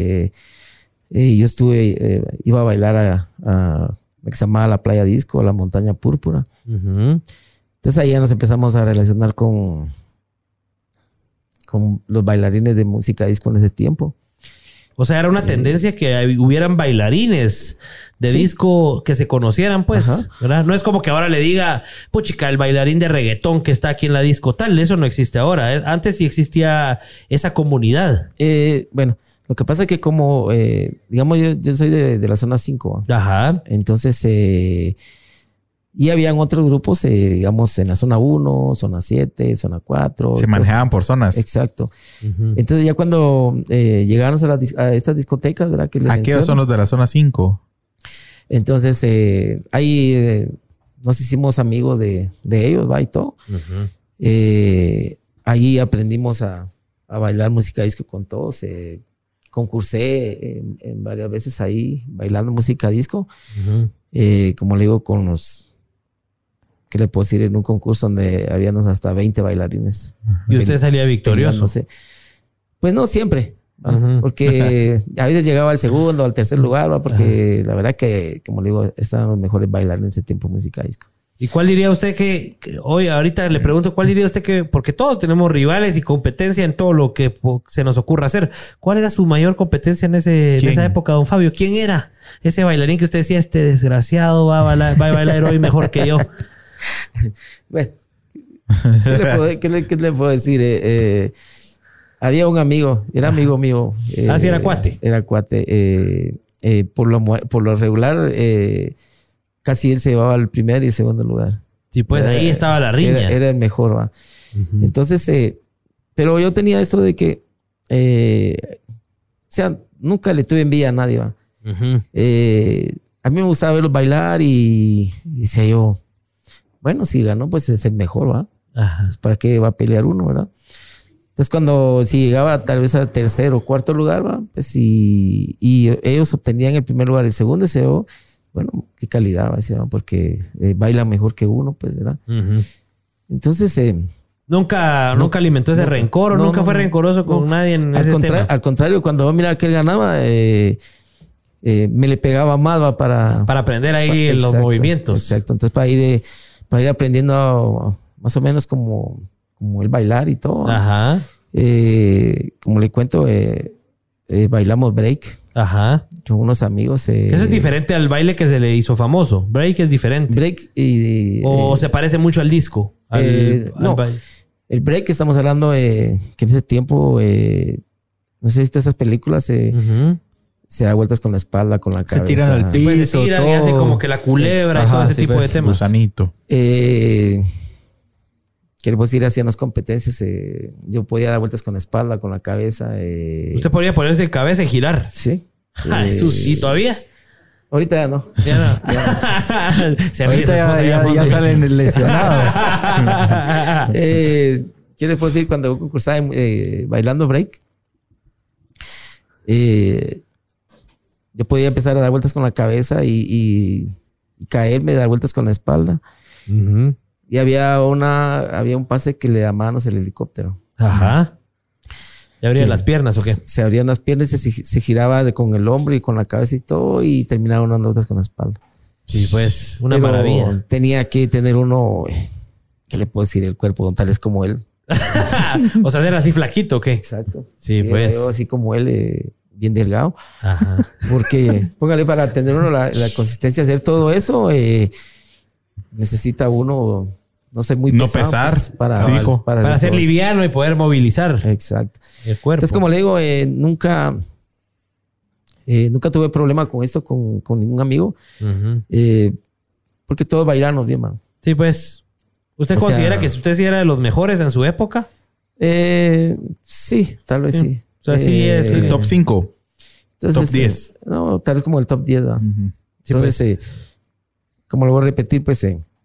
iba a bailar que se llamaba la Playa Disco, la Montaña Púrpura. Uh-huh. Entonces ahí ya nos empezamos a relacionar con los bailarines de música disco en ese tiempo. O sea, era una tendencia que hubieran bailarines de disco que se conocieran, pues. Ajá. ¿Verdad? No es como que ahora le diga, puchica, el bailarín de reggaetón que está aquí en la disco tal. Eso no existe ahora. Antes sí existía esa comunidad. Lo que pasa es que como, digamos, yo soy de la zona 5. Ajá. Entonces, y habían otros grupos, digamos, en la zona 1, zona 7, zona 4. Se manejaban por zonas. Exacto. Uh-huh. Entonces ya cuando llegamos a estas discotecas, ¿verdad? Que ¿A qué son los de la zona 5? Entonces, ahí nos hicimos amigos de ellos, ¿va? Y todo. Uh-huh. Ahí aprendimos a bailar música disco con todos. Concursé en varias veces ahí bailando música disco. Uh-huh. Como le digo, con los... ¿Qué le puedo decir? En un concurso donde habíamos hasta 20 bailarines. ¿Y usted salía victorioso? No sé. Pues no siempre. Uh-huh. Porque a veces llegaba al segundo o al tercer lugar, ¿va? Porque la verdad que, como le digo, estaban los mejores bailarines en ese tiempo música disco. ¿Y cuál diría usted que hoy, ahorita le pregunto, cuál diría usted que, porque todos tenemos rivales y competencia en todo lo que se nos ocurra hacer, ¿cuál era su mayor competencia en esa época, don Fabio? ¿Quién era ese bailarín que usted decía, este desgraciado va a bailar hoy mejor que yo? Bueno, ¿qué le puedo decir? Había un amigo, era amigo mío. Sí, era cuate. Era cuate. Por lo regular, casi él se llevaba el primer y el segundo lugar. Sí, pues ahí estaba la riña. Era el mejor, ¿va? Uh-huh. Entonces, pero yo tenía esto de que, o sea, nunca le tuve envidia a nadie, ¿va? Uh-huh. A mí me gustaba verlos bailar y decía yo, bueno, si ganó, pues es el mejor, ¿va? Pues, ¿para qué va a pelear uno, verdad? Entonces, si llegaba tal vez al tercer o cuarto lugar, ¿va? Pues y ellos obtenían el primer lugar, el segundo deseo, bueno, qué calidad, ¿verdad? Porque bailan mejor que uno, pues, ¿verdad? Ujú. Entonces, Nunca alimentó ese rencor, o no, nunca fue rencoroso con nadie en ese tema. al contrario, cuando yo miraba que él ganaba, me le pegaba más, ¿va? Para aprender ahí los exacto, movimientos. Exacto. Entonces, para ir aprendiendo más o menos como él bailar y todo. Ajá. Como le cuento, bailamos break Ajá. con unos amigos. Eso es diferente al baile que se le hizo famoso. Break es diferente. Break y... O se parece mucho al disco. Al no, baile. el break que estamos hablando, que en ese tiempo, no sé si viste esas películas, Ujú. se da vueltas con la espalda, con la Se cabeza. tiran al piso, Pues se tiran y todo. hacen como que la culebra y Ajá, todo ese sí, tipo pues, de temas. Gusanito. Queremos ir haciendo las competencias. Yo podía dar vueltas con la espalda, con la cabeza. Usted podría ponerse de cabeza y girar. Sí. Ah, Jesús. ¿Y todavía? Ahorita ya no. Ya no. Se ríe su Ahorita esposa allá ya al fondo. salen lesionados. ¿Qué les puedo decir? Cuando concursaba bailando break, yo podía empezar a dar vueltas con la cabeza y caerme, dar vueltas con la espalda. Ujú. Y había un pase que le llamábamos el helicóptero. Ajá. ¿Ya abría Sí. las piernas o qué? Se abrían las piernas y se giraba con el hombro y con la cabeza y todo, y terminaba unas vueltas con la espalda. Sí, pues, una Pero maravilla. tenía que tener uno, ¿qué le puedo decir? El cuerpo tal es como él. O sea, ser así flaquito o qué. Exacto. Sí, pues. Yo así como él, bien delgado. Ajá. Porque, póngale, para tener uno la consistencia de hacer todo eso, necesita uno no ser muy No pesado, pesar, pues, fijo. Para ser todo eso. liviano y poder movilizar Exacto. el cuerpo. Entonces, como le digo, nunca tuve problema con esto con ningún amigo, Ujú. porque todos bailamos bien, man. Sí, pues. ¿Usted O considera sea- que usted sí era de los mejores en su época? Sí, tal vez Sí. sí. O sea, sí es El top 5. entonces, top 10. No, tal vez como el top 10, ¿verdad? Sí, Entonces, como lo voy a repetir, pues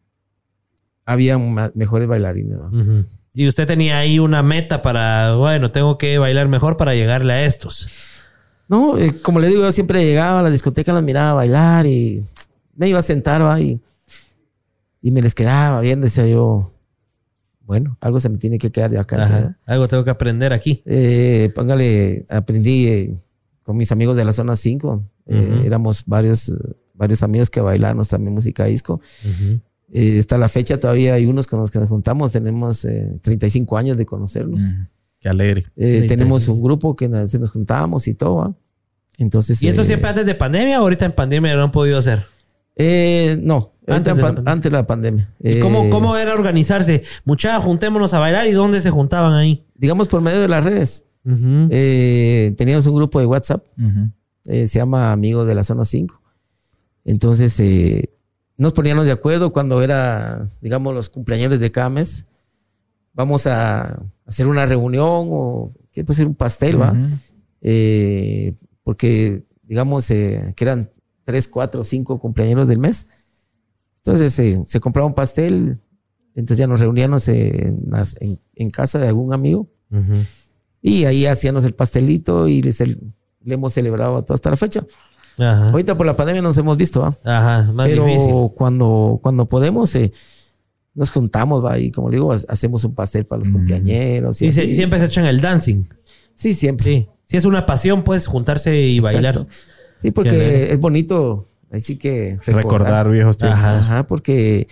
había mejores bailarines, ¿no? Ujú. Y usted tenía ahí una meta para, bueno, tengo que bailar mejor para llegarle a estos. No, como le digo, yo siempre llegaba a la discoteca, las miraba bailar y me iba a sentar, ¿va? Y me les quedaba bien, decía yo, bueno, algo se me tiene que quedar de acá. Ajá. ¿sabes? Algo tengo que aprender aquí. Póngale, aprendí con mis amigos de la zona 5. Ujú. Éramos varios amigos que bailábamos también música disco. Ujú. Hasta la fecha todavía hay unos con los que nos juntamos. Tenemos 35 años de conocerlos. Qué alegre. Tenemos un grupo que nos juntábamos y todo. ¿va? Entonces, ¿Y eso siempre antes de pandemia o ahorita en pandemia no han podido hacer? No, Antes de la pandemia. antes de la pandemia. ¿Y cómo era organizarse? Muchachos, juntémonos a bailar. ¿Y dónde se juntaban ahí? Digamos por medio de las redes. Ujú. Teníamos un grupo de WhatsApp. Ujú. Se llama Amigos de la Zona 5. Entonces, nos poníamos de acuerdo cuando era, digamos, los cumpleaños de cada mes. Vamos a hacer una reunión o ¿qué puede ser? Un pastel, ¿va? Ujú. Porque, digamos, que eran 3, 4, 5 cumpleaños del mes. Entonces, se compraba un pastel. Entonces ya nos reuníamos en casa de algún amigo. Ujú. Y ahí hacíamos el pastelito y le hemos celebrado todo hasta la fecha. Ajá. Ahorita por la pandemia nos hemos visto, ¿va? Ajá. Más Pero difícil. cuando podemos, nos juntamos, ¿va? Y como le digo, hacemos un pastel para los cumpleañeros. Y así. siempre se echan el dancing. Sí, siempre. Sí. Si es una pasión, pues juntarse y bailar. Exacto. Sí, Qué alegre. porque es bonito, así que Recordar viejos tiempos. Ajá. Ajá, porque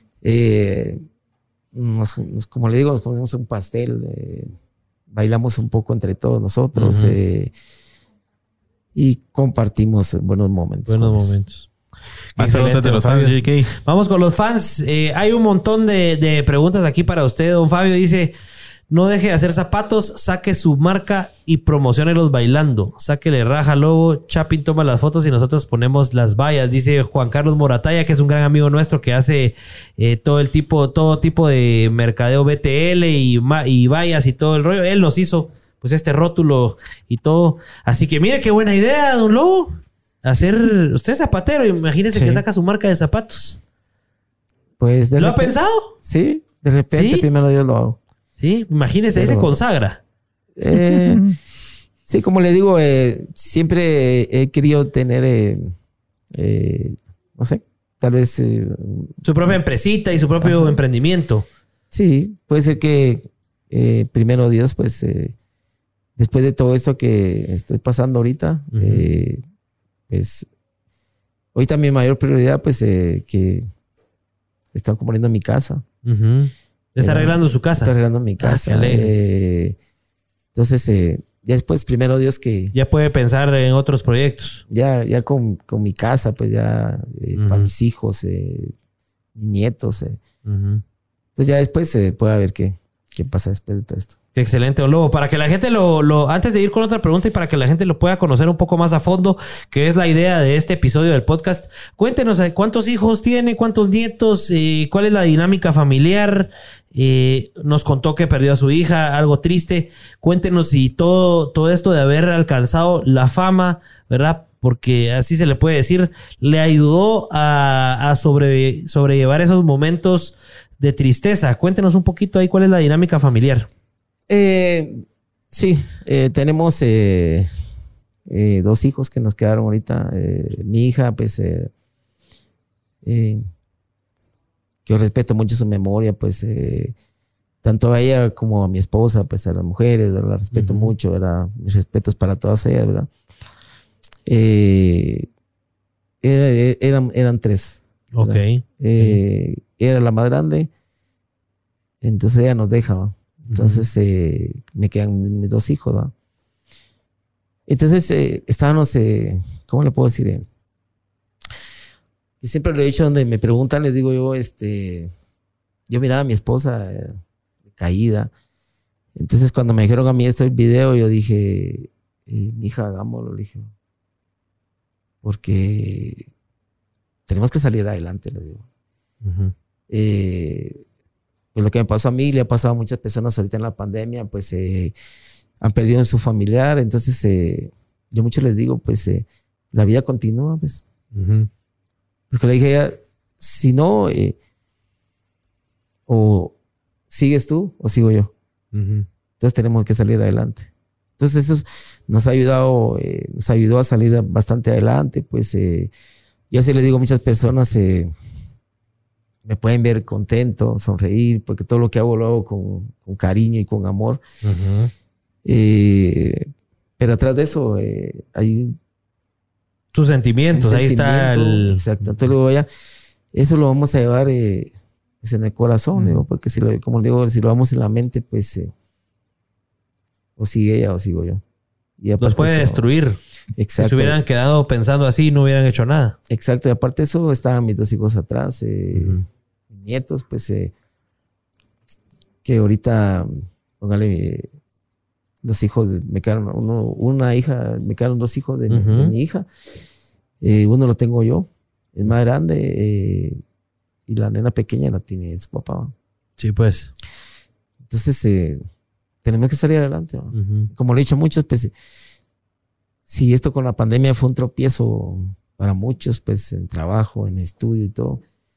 como le digo, nos comemos un pastel, bailamos un poco entre todos nosotros. Ujú. Y compartimos buenos momentos. Buenos con eso. momentos. Más Excelente, preguntas de don los fans, Fabio. JK. Vamos con los fans. Hay un montón de preguntas aquí para usted, don Fabio. Dice, no deje de hacer zapatos, saque su marca y promociónelos bailando. Sáquele raja, logo. Chapin toma las fotos y nosotros ponemos las vallas. Dice Juan Carlos Morataya, que es un gran amigo nuestro que hace todo tipo de mercadeo BTL y vallas y todo el rollo. Él nos hizo pues este rótulo y todo. Así que mire qué buena idea, don Lobo. Usted es zapatero, imagínese Sí. que saca su marca de zapatos. Pues ¿Lo ha pensado? Sí, de repente ¿Sí? primero yo lo hago. Sí, imagínese, ahí se Pero- consagra. Sí, como le digo, siempre he querido tener, no sé, tal vez... su propia empresita y su propio emprendimiento. Sí, puede ser que primero Dios, pues, después de todo esto que estoy pasando ahorita, pues, ahorita mi mayor prioridad, pues, que están componiendo mi casa. Está arreglando su casa. Está arreglando mi casa. Qué alegre. Entonces, ya después, primero Dios que... Ya puede pensar en otros proyectos. Ya con mi casa, pues ya para mis hijos, mis nietos. Entonces ya después se puede ver qué pasa después de todo esto. Qué excelente, don Lobo. Para que la gente antes de ir con otra pregunta y para que la gente lo pueda conocer un poco más a fondo, que es la idea de este episodio del podcast, cuéntenos cuántos hijos tiene, cuántos nietos, cuál es la dinámica familiar. Nos contó que perdió a su hija, algo triste. Cuéntenos si todo esto de haber alcanzado la fama, ¿verdad? Porque así se le puede decir, le ayudó a sobrellevar esos momentos de tristeza. Cuéntenos un poquito ahí cuál es la dinámica familiar. Sí, tenemos 2 hijos que nos quedaron ahorita. Mi hija, pues, que yo respeto mucho su memoria, pues, tanto a ella como a mi esposa, pues, a las mujeres, ¿verdad? La respeto mucho, ¿verdad? Mis respetos para todas ellas, ¿verdad? Eran 3. Ok. Era la más grande, entonces ella nos deja, ¿va? Entonces me quedan mis 2 hijos, ¿va? Entonces estábamos, ¿cómo le puedo decir? Yo siempre lo he dicho, donde me preguntan, les digo yo, yo miraba a mi esposa caída. Entonces cuando me dijeron a mí esto el video, yo dije, mi hija, hagámoslo, le dije, porque tenemos que salir adelante, le digo. Pues lo que me pasó a mí le ha pasado a muchas personas ahorita en la pandemia, pues han perdido a su familiar. Entonces yo mucho les digo, pues la vida continúa, pues. Porque le dije a ella, si no, o sigues tú o sigo yo. Entonces tenemos que salir adelante. Entonces eso nos ayudó a salir bastante adelante. Pues yo así le digo a muchas personas, me pueden ver contento, sonreír, porque todo lo que hago lo hago con cariño y con amor. Pero atrás de eso hay tus sentimientos, ahí está el... Exacto. Entonces luego ya, eso lo vamos a llevar pues en el corazón, digo, porque como digo, si lo vamos en la mente, pues o sigue ella o sigo yo. Y los puede destruir. Exacto. Si se hubieran quedado pensando así, no hubieran hecho nada. Exacto. Y aparte de eso, estaban mis 2 hijos atrás, nietos, pues, que ahorita, póngale, los hijos, me quedaron una hija, me quedaron 2 hijos de mi hija. Uno lo tengo yo, el más grande, y la nena pequeña la tiene su papá. Sí, pues. Entonces, tenemos que salir adelante. Como le he dicho a muchos, pues, si esto con la pandemia fue un tropiezo para muchos, pues, en trabajo, en estudio y todo,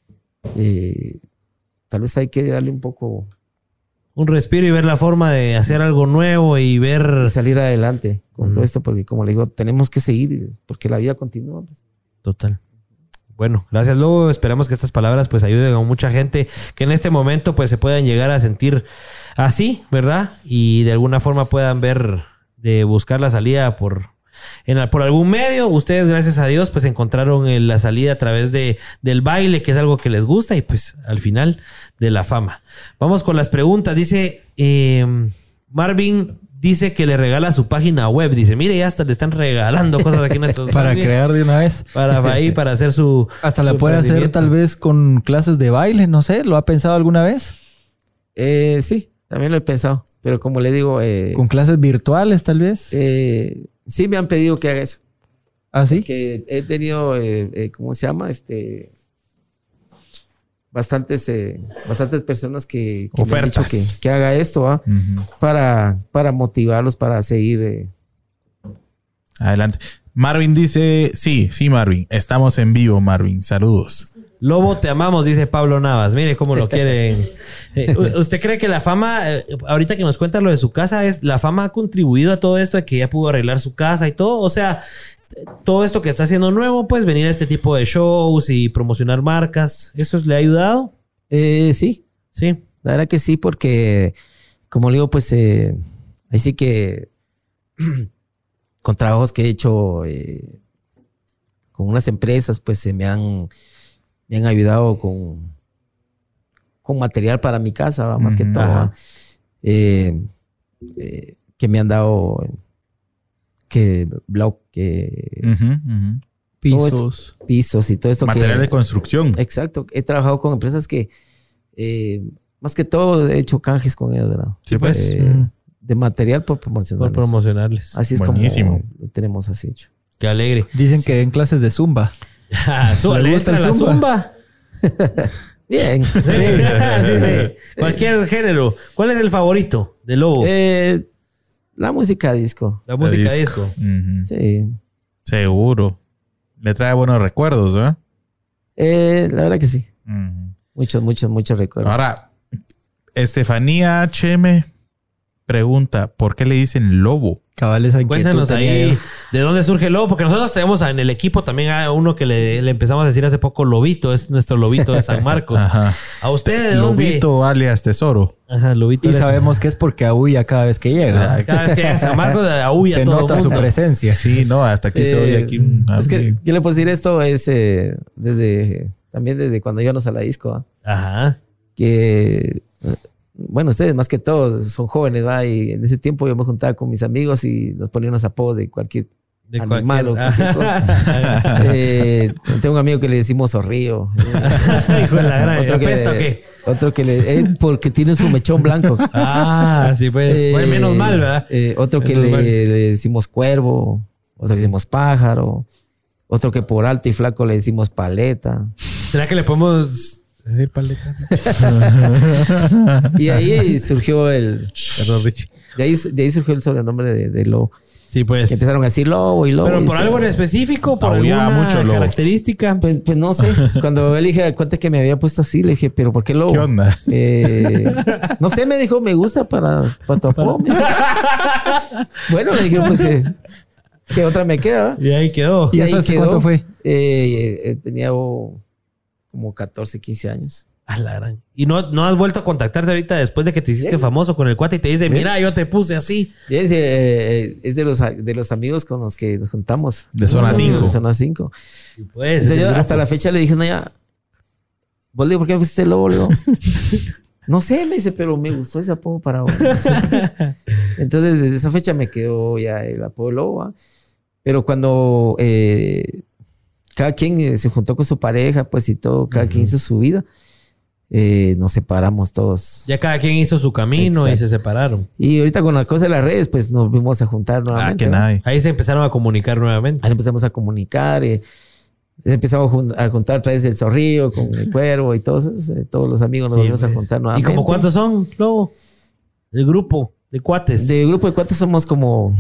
tal vez hay que darle un poco... un respiro y ver la forma de hacer algo nuevo y ver... salir adelante con todo esto, porque como le digo, tenemos que seguir, porque la vida continúa. Pues. Total. Bueno, gracias, Lobo. Esperamos que estas palabras pues ayuden a mucha gente que en este momento pues se puedan llegar a sentir así, ¿verdad? Y de alguna forma puedan ver de buscar la salida por algún medio. Ustedes, gracias a Dios, pues encontraron la salida a través del baile, que es algo que les gusta, y pues al final de la fama. Vamos con las preguntas. Dice Marvin, dice que le regala su página web. Dice, mire, ya hasta le están regalando cosas aquí en estos para crear de una vez. Para hacer su... Hasta la puede hacer tal vez con clases de baile, no sé. ¿Lo ha pensado alguna vez? Sí, también lo he pensado. Pero como le digo... ¿con clases virtuales tal vez? Sí me han pedido que haga eso. ¿Ah, sí? Que he tenido, ¿cómo se llama? Bastantes personas que me han dicho que haga esto, ¿va? Para motivarlos, para seguir. Adelante. Marvin dice, sí, Marvin. Estamos en vivo, Marvin. Saludos. Lobo, te amamos, dice Pablo Navas. Mire cómo lo quieren. ¿Usted cree que la fama, ahorita que nos cuenta lo de su casa, la fama ha contribuido a todo esto de que ya pudo arreglar su casa y todo? O sea, todo esto que está haciendo nuevo, pues venir a este tipo de shows y promocionar marcas, ¿eso le ha ayudado? Sí, Sí. la verdad que sí, porque como le digo, pues ahí sí que con trabajos que he hecho con unas empresas, pues me han ayudado con material para mi casa, ¿va? Más que todo. Ajá. Que me han dado que blog, que Pisos. pisos y todo esto. Material que, de construcción. Exacto. He trabajado con empresas que más que todo he hecho canjes con ellos, ¿verdad? Sí, pues. De material por Por promocionarles. promocionarles. Así es Buenísimo. como lo tenemos así hecho. Qué alegre. Dicen que den clases de Zumba. ¿Le ¿Le gusta gusta la el zumba? Bien. Sí, sí. Cualquier género. ¿Cuál es el favorito de Lobo? La música disco. La música disco. Ujú. Sí. Seguro. Le trae buenos recuerdos, La verdad que sí. Ujú. Muchos recuerdos. Ahora, Estefanía HM pregunta, ¿por qué le dicen lobo? Cabal, esa inquietud Cuéntanos tenía ahí yo. de dónde surge el lobo, porque nosotros tenemos en el equipo también a uno que le empezamos a decir hace poco Lobito, es nuestro Lobito de San Marcos. Ajá. ¿A usted de dónde? Lobito alias Tesoro. Ajá, Lobito. Y de- sabemos que es porque aúlla cada vez que llega. Cada vez que llega a San Marcos, aúlla Se todo nota el su mundo. presencia. Sí, no, hasta aquí se oye aquí un... Es que yo le puedo decir esto es también desde cuando íbamos a la disco, ¿va? Ajá. Que bueno, ustedes más que todos son jóvenes, ¿va? Y en ese tiempo yo me juntaba con mis amigos y nos ponían unos apodos de cualquier De animal o cualquier- cualquier cosa. Tengo un amigo que le decimos zorrillo. Hijo de la gran. Otro que- ¿Apesta o qué? Otro que porque tiene su mechón blanco. Ah, sí, pues. Bueno, menos mal, ¿verdad? Otro que Menos mal. le decimos cuervo, otro que le decimos pájaro, otro que por alto y flaco le decimos paleta. ¿Será que le podemos decir paleta? Y ahí surgió Perdón, Richie. de ahí surgió el sobrenombre de Lobo. Sí, pues. Que empezaron a decir Lobo y Lobo. Pero y por se- algo en específico, por Aullaba alguna mucho lobo. característica. Pues no sé. Cuando él le dije, cuenta que me había puesto así, le dije, ¿pero por qué Lobo? ¿Qué onda? No sé, me dijo, me gusta para tu apodo. Bueno, le dije, pues, ¿qué otra me queda? Y ahí quedó. ¿Y ahí eso hace quedó. cuánto fue? Tenía como 14, 15 años. A la gran. ¿Y no has vuelto a contactarte ahorita después de que te hiciste famoso con el cuate y te dice, mira, yo te puse así? Y es de los amigos con los que nos juntamos. De Zona 5. De Zona 5. Y pues, Entonces yo el hasta grupo. la fecha le dije, no, ya. ¿Vos le digo, por qué me pusiste Lobo? Le digo, no sé, me dice, pero me gustó ese apodo para vos. Entonces, desde esa fecha me quedó ya el apodo Lobo. ¿va? Pero cuando cada quien se juntó con su pareja, pues y todo, cada quien hizo su vida, nos separamos todos. Ya cada quien hizo su camino y Exacto. se separaron. Y ahorita con la cosa de las redes, pues nos vimos a juntar nuevamente. Que ¿va? nadie. Ahí se empezaron a comunicar nuevamente. Ahí empezamos a comunicar. Empezamos a juntar a través del Zorrillo con el Cuervo y todos los amigos nos Sí, volvimos a pues. juntar ¿Y nuevamente. como cuántos son, Lobo? El grupo de cuates. De grupo de cuates somos como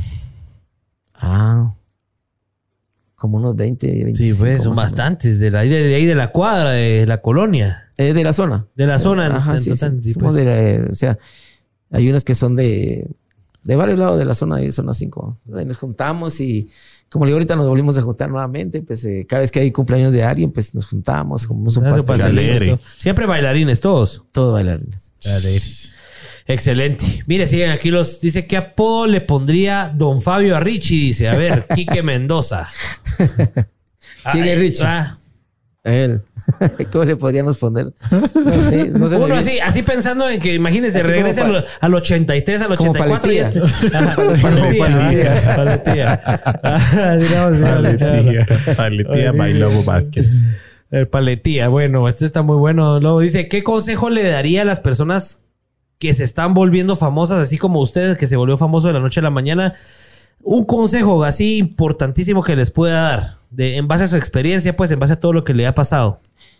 unos 20, 25. Sí, pues, son más o menos. bastantes. De ahí de la cuadra, de la colonia. De la zona. De la Sí, zona, ajá, en sí, total, sí. sí, Somos pues. o sea, hay unas que son de varios lados de la zona, de zona 5. Ahí nos juntamos y como le digo, ahorita nos volvimos a juntar nuevamente. Pues cada vez que hay cumpleaños de alguien, pues nos juntamos, comemos un Hace un pastel. pastelito, alegre. todo. Siempre bailarines todos. Todo bailarines. Excelente. Mire, siguen aquí dice, ¿qué apodo le pondría Don Fabio a Richie? Dice, a ver, Quique Mendoza. ¿Quién es Richie? A él. ¿Cómo le podríamos poner? No sé. No se me Uno viene. así pensando en que, imagínese, Así regrese como al 83, al como 84. Y paletilla. Ajá, paletilla. Paletilla. Ah, digamos, Paletía Bailobo Vázquez. El paletía. Bueno, este está muy bueno. Luego dice, ¿qué consejo le daría a las personas que se están volviendo famosas, así como ustedes, que se volvió famoso de la noche a la mañana? Un consejo así importantísimo que les pueda dar, en base a su experiencia, pues, en base a todo lo que le ha pasado.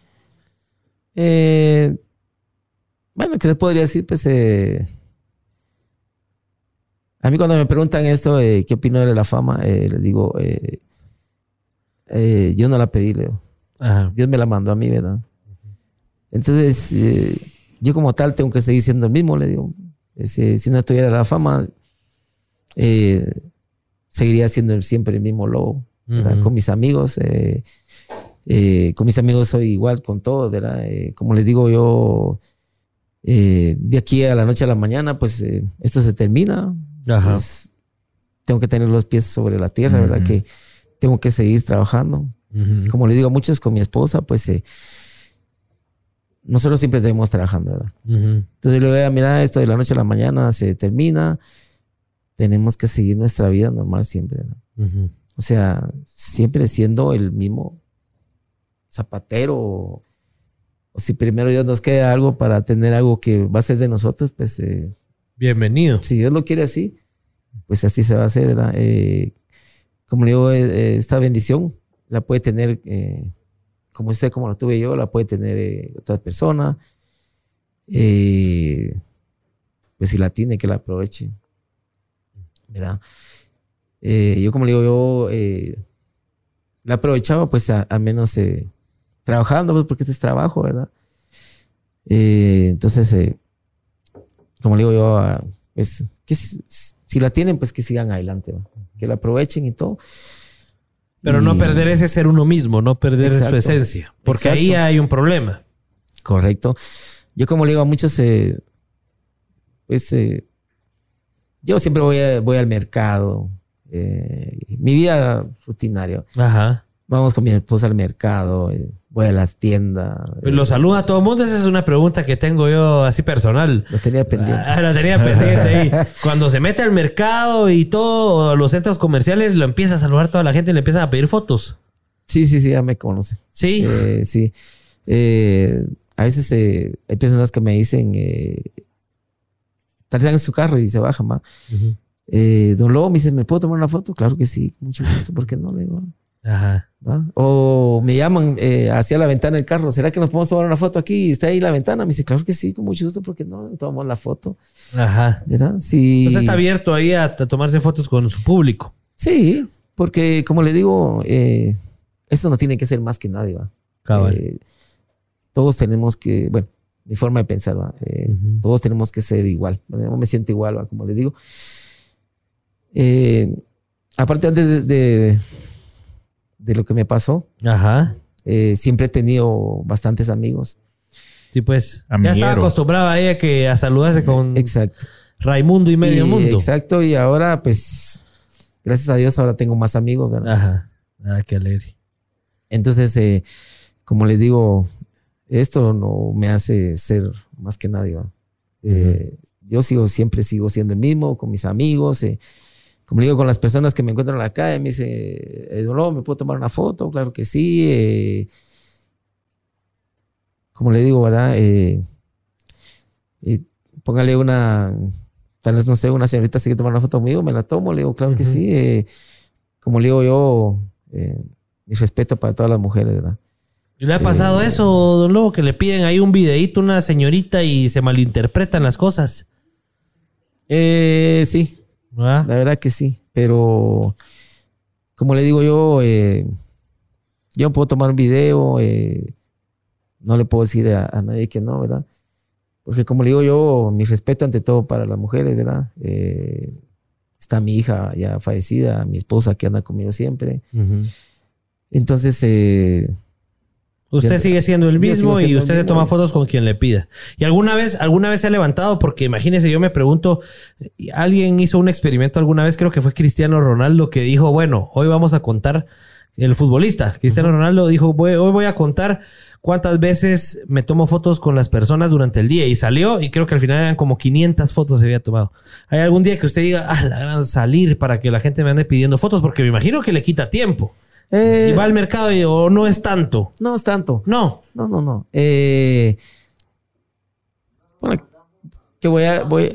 Bueno, ¿qué se podría decir? Pues a mí cuando me preguntan esto, ¿qué opino de la fama? Les digo, yo no la pedí, Leo. Ajá. Dios me la mandó a mí, ¿verdad? Entonces, yo como tal tengo que seguir siendo el mismo, le digo. Si no tuviera la fama, seguiría siendo siempre el mismo Lobo. ¿verdad? Con mis amigos. Con mis amigos soy igual con todo, ¿verdad? Como les digo yo, de aquí a la noche a la mañana, pues esto se termina. Ajá. Pues, tengo que tener los pies sobre la tierra, ¿verdad? Que tengo que seguir trabajando. Como les digo a muchos, con mi esposa, pues nosotros siempre estamos trabajando, ¿verdad? Entonces le digo, mira, esto de la noche a la mañana se termina. Tenemos que seguir nuestra vida normal siempre, ¿verdad? O sea, siempre siendo el mismo zapatero. O si primero Dios nos queda algo para tener algo que va a ser de nosotros, pues... bienvenido. Si Dios lo quiere así, pues así se va a hacer, ¿verdad? Como le digo, esta bendición la puede tener, como la tuve yo, la puede tener otra persona. Pues si la tiene, que la aproveche, ¿verdad? Yo, como le digo, yo la aprovechaba, pues al menos trabajando, pues porque este es trabajo, ¿verdad? Entonces, como le digo yo, pues que si la tienen, pues que sigan adelante, ¿va? Que la aprovechen y todo. Pero no perder ese ser uno mismo, no perder Exacto. su esencia. Porque Exacto. ahí hay un problema. Correcto. Yo, como le digo a muchos, yo siempre voy al mercado. Mi vida rutinaria. Ajá. Vamos con mi esposa al mercado, voy a las tiendas. ¿Lo saluda a todo el mundo? Esa es una pregunta que tengo yo así personal. Lo tenía pendiente. La tenía pendiente ahí. Cuando se mete al mercado y todo, los centros comerciales, lo empieza a saludar toda la gente y le empiezan a pedir fotos. Sí, ya me conoce. Sí. Sí. A veces hay personas que me dicen, están en su carro y se bajan, ¿va? Don Lobo me dice, ¿me puedo tomar una foto? Claro que sí, con mucho gusto, ¿por qué no? Le digo, Ajá. ¿va? O me llaman hacia la ventana del carro, ¿será que nos podemos tomar una foto aquí? ¿Está ahí la ventana? Me dice, claro que sí, con mucho gusto, ¿por qué no? Tomamos la foto. Ajá. ¿Verdad? Sí. Entonces está abierto ahí a tomarse fotos con su público. Sí, porque como le digo, esto no tiene que ser más que nadie, ¿va? Cabal. Todos tenemos que, bueno, mi forma de pensar, ¿va? Todos tenemos que ser igual. Bueno, yo me siento igual, ¿va? Como les digo. Aparte, antes de lo que me pasó, Ajá. siempre he tenido bastantes amigos. Sí, pues. Amiguero. Ya estaba acostumbrada a ella a saludarse con Exacto. Raimundo y medio mundo. Exacto, y ahora, pues, gracias a Dios, ahora tengo más amigos, ¿verdad? Ajá. Ah, qué alegre. Entonces, como les digo, esto no me hace ser más que nadie, ¿va? Yo siempre sigo siendo el mismo con mis amigos. Como digo, con las personas que me encuentran en la calle, me dice, no, ¿me puedo tomar una foto? Claro que sí. Como le digo, ¿verdad? Póngale tal vez, no sé, una señorita si quiere tomar una foto conmigo, me la tomo. Le digo, claro que sí. Como le digo yo, mi respeto para todas las mujeres, ¿verdad? ¿Y le ha pasado eso, don Lobo, que le piden ahí un videíto a una señorita y se malinterpretan las cosas? Sí. ¿Ah? La verdad que sí, pero como le digo yo, yo puedo tomar un video, no le puedo decir a nadie que no, ¿verdad? Porque como le digo yo, mi respeto ante todo para las mujeres, ¿verdad? Está mi hija ya fallecida, mi esposa que anda conmigo siempre. Entonces... Usted sigue siendo el mismo y usted se toma mismo. fotos con quien le pida. ¿Y alguna vez se ha levantado? Porque imagínese, yo me pregunto, alguien hizo un experimento alguna vez, creo que fue Cristiano Ronaldo, que dijo, bueno, hoy vamos a contar, el futbolista, Cristiano Ronaldo dijo, hoy voy a contar cuántas veces me tomo fotos con las personas durante el día. Y salió, y creo que al final eran como 500 fotos se había tomado. ¿Hay algún día que usted diga, la gran salir para que la gente me ande pidiendo fotos? Porque me imagino que le quita tiempo. Y va al mercado o no es tanto. No es tanto. No. No. Bueno, que voy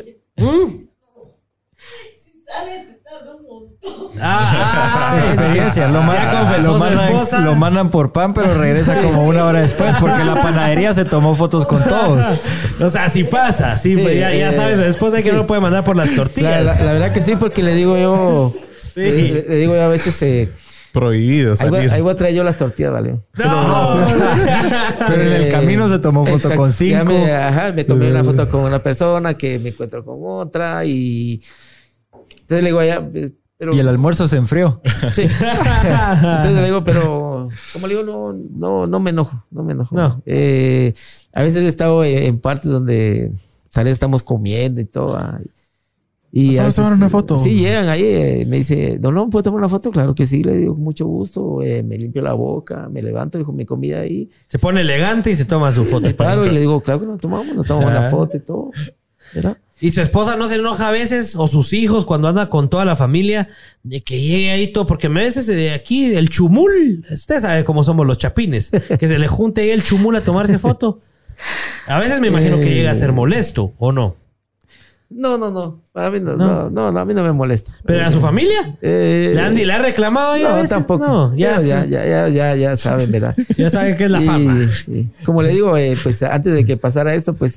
Experiencia. Ya confesó su esposa. Lo mandan por pan, pero regresa como una hora después porque la panadería se tomó fotos con todos. O sea, sí pasa. Sí, Sí, pues ya sabes, su esposa es que no lo puede mandar por las tortillas. la verdad que sí, porque le digo yo, Sí. le digo yo a veces, Prohibido salir. ahí voy a traer yo las tortillas, ¿vale? ¡No! Pero en el camino se tomó foto Exacto. con 5. Me tomé una foto con una persona que me encuentro con otra y entonces le digo, Pero, Y el almuerzo se enfrió. sí. Entonces le digo, pero como le digo, no me enojo. No me enojo. No. A veces he estado en partes donde estamos comiendo y todo. Y ¿Vamos a tomar una foto? Sí, llegan ahí, me dice, no, ¿puedo tomar una foto? Claro que sí, le digo, con mucho gusto. Me limpio la boca, me levanto, dejo mi comida ahí. Se pone elegante y se toma su foto. Claro, y le digo, claro que nos tomamos la foto y todo. ¿Verdad? Y su esposa no se enoja a veces, o sus hijos cuando anda con toda la familia, de que llegue ahí todo, porque a veces aquí el chumul, usted sabe cómo somos los chapines, que se le junte ahí el chumul a tomarse foto. A veces me imagino que llega a ser molesto, ¿o no? No. A mí no, a mí no me molesta. ¿Pero a su familia? ¿Le ha reclamado ahí a No, veces? tampoco. No, Ya saben, ¿verdad? ya saben qué es la fama. Y como le digo, pues antes de que pasara esto, pues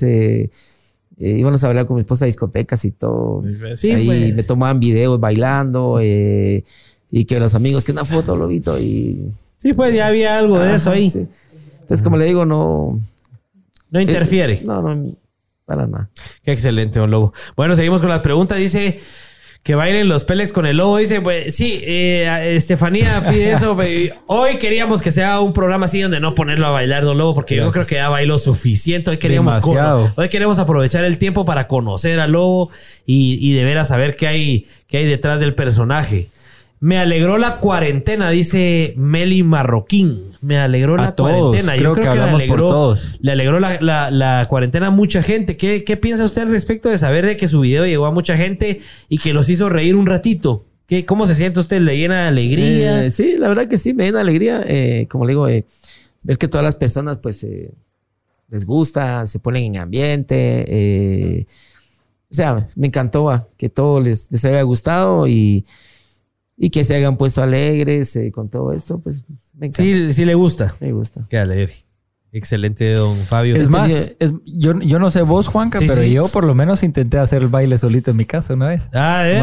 íbamos a hablar con mi esposa a discotecas y todo. Sí, ahí pues. me tomaban videos bailando y que los amigos, que una foto, lobito. Y Sí, pues ya había algo de eso ahí. Sí. Entonces, como le digo, no interfiere. No, para nada. Qué excelente, don Lobo. Bueno, seguimos con las preguntas. Dice que bailen los Pélex con el Lobo. Dice, pues sí, Estefanía pide eso. Hoy queríamos que sea un programa así donde no ponerlo a bailar, don Lobo, porque yo creo que ya bailó suficiente. Hoy queríamos aprovechar el tiempo para conocer al Lobo y de veras saber qué hay detrás del personaje. Me alegró la cuarentena, dice Meli Marroquín. Me alegró la cuarentena. Yo creo que hablamos por todos. Le alegró la cuarentena a mucha gente. ¿Qué piensa usted al respecto de saber de que su video llegó a mucha gente y que los hizo reír un ratito? ¿Cómo se siente usted? ¿Le llena de alegría? Sí, la verdad que sí, me llena de alegría. Como le digo, ver que todas las personas pues les gusta, se ponen en ambiente. O sea, me encantó que todo les haya gustado y que se hayan puesto alegres con todo esto, pues me encanta. Sí le gusta. Me gusta. Qué alegre. Excelente, don Fabio. Es más, yo no sé vos, Juanca, Sí, pero sí. yo por lo menos intenté hacer el baile solito en mi casa una vez.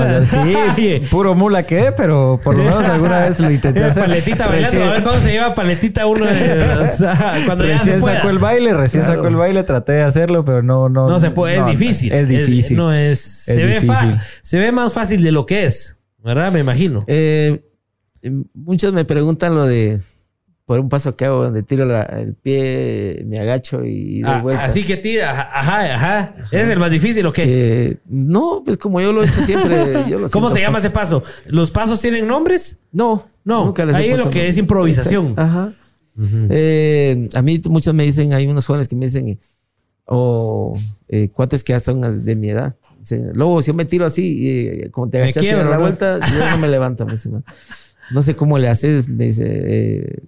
Sí, puro mula quedé, pero por lo menos alguna vez lo intenté hacer. Paletita bailando. A ver cuándo se lleva paletita uno cuando ya se Recién pueda. sacó el baile, traté de hacerlo, pero no se puede, es difícil. Es difícil. Se ve más fácil de lo que es, ¿verdad? Me imagino. Muchos me preguntan lo de por un paso que hago donde tiro el pie, me agacho y doy vueltas. Así que tira, ajá. ¿Es el más difícil o qué? No, pues como yo lo he hecho siempre. ¿Cómo se llama ese paso? ¿Los pasos tienen nombres? No, nunca les he puesto. Ahí es lo que es improvisación. Ajá. A mí muchos me dicen, hay unos jóvenes que me dicen, cuates que hasta de mi edad. Dicen, Lobo, si yo me tiro así, como te agachas y das la vuelta, yo no me levanto. Me dice, no sé cómo le haces, me dice.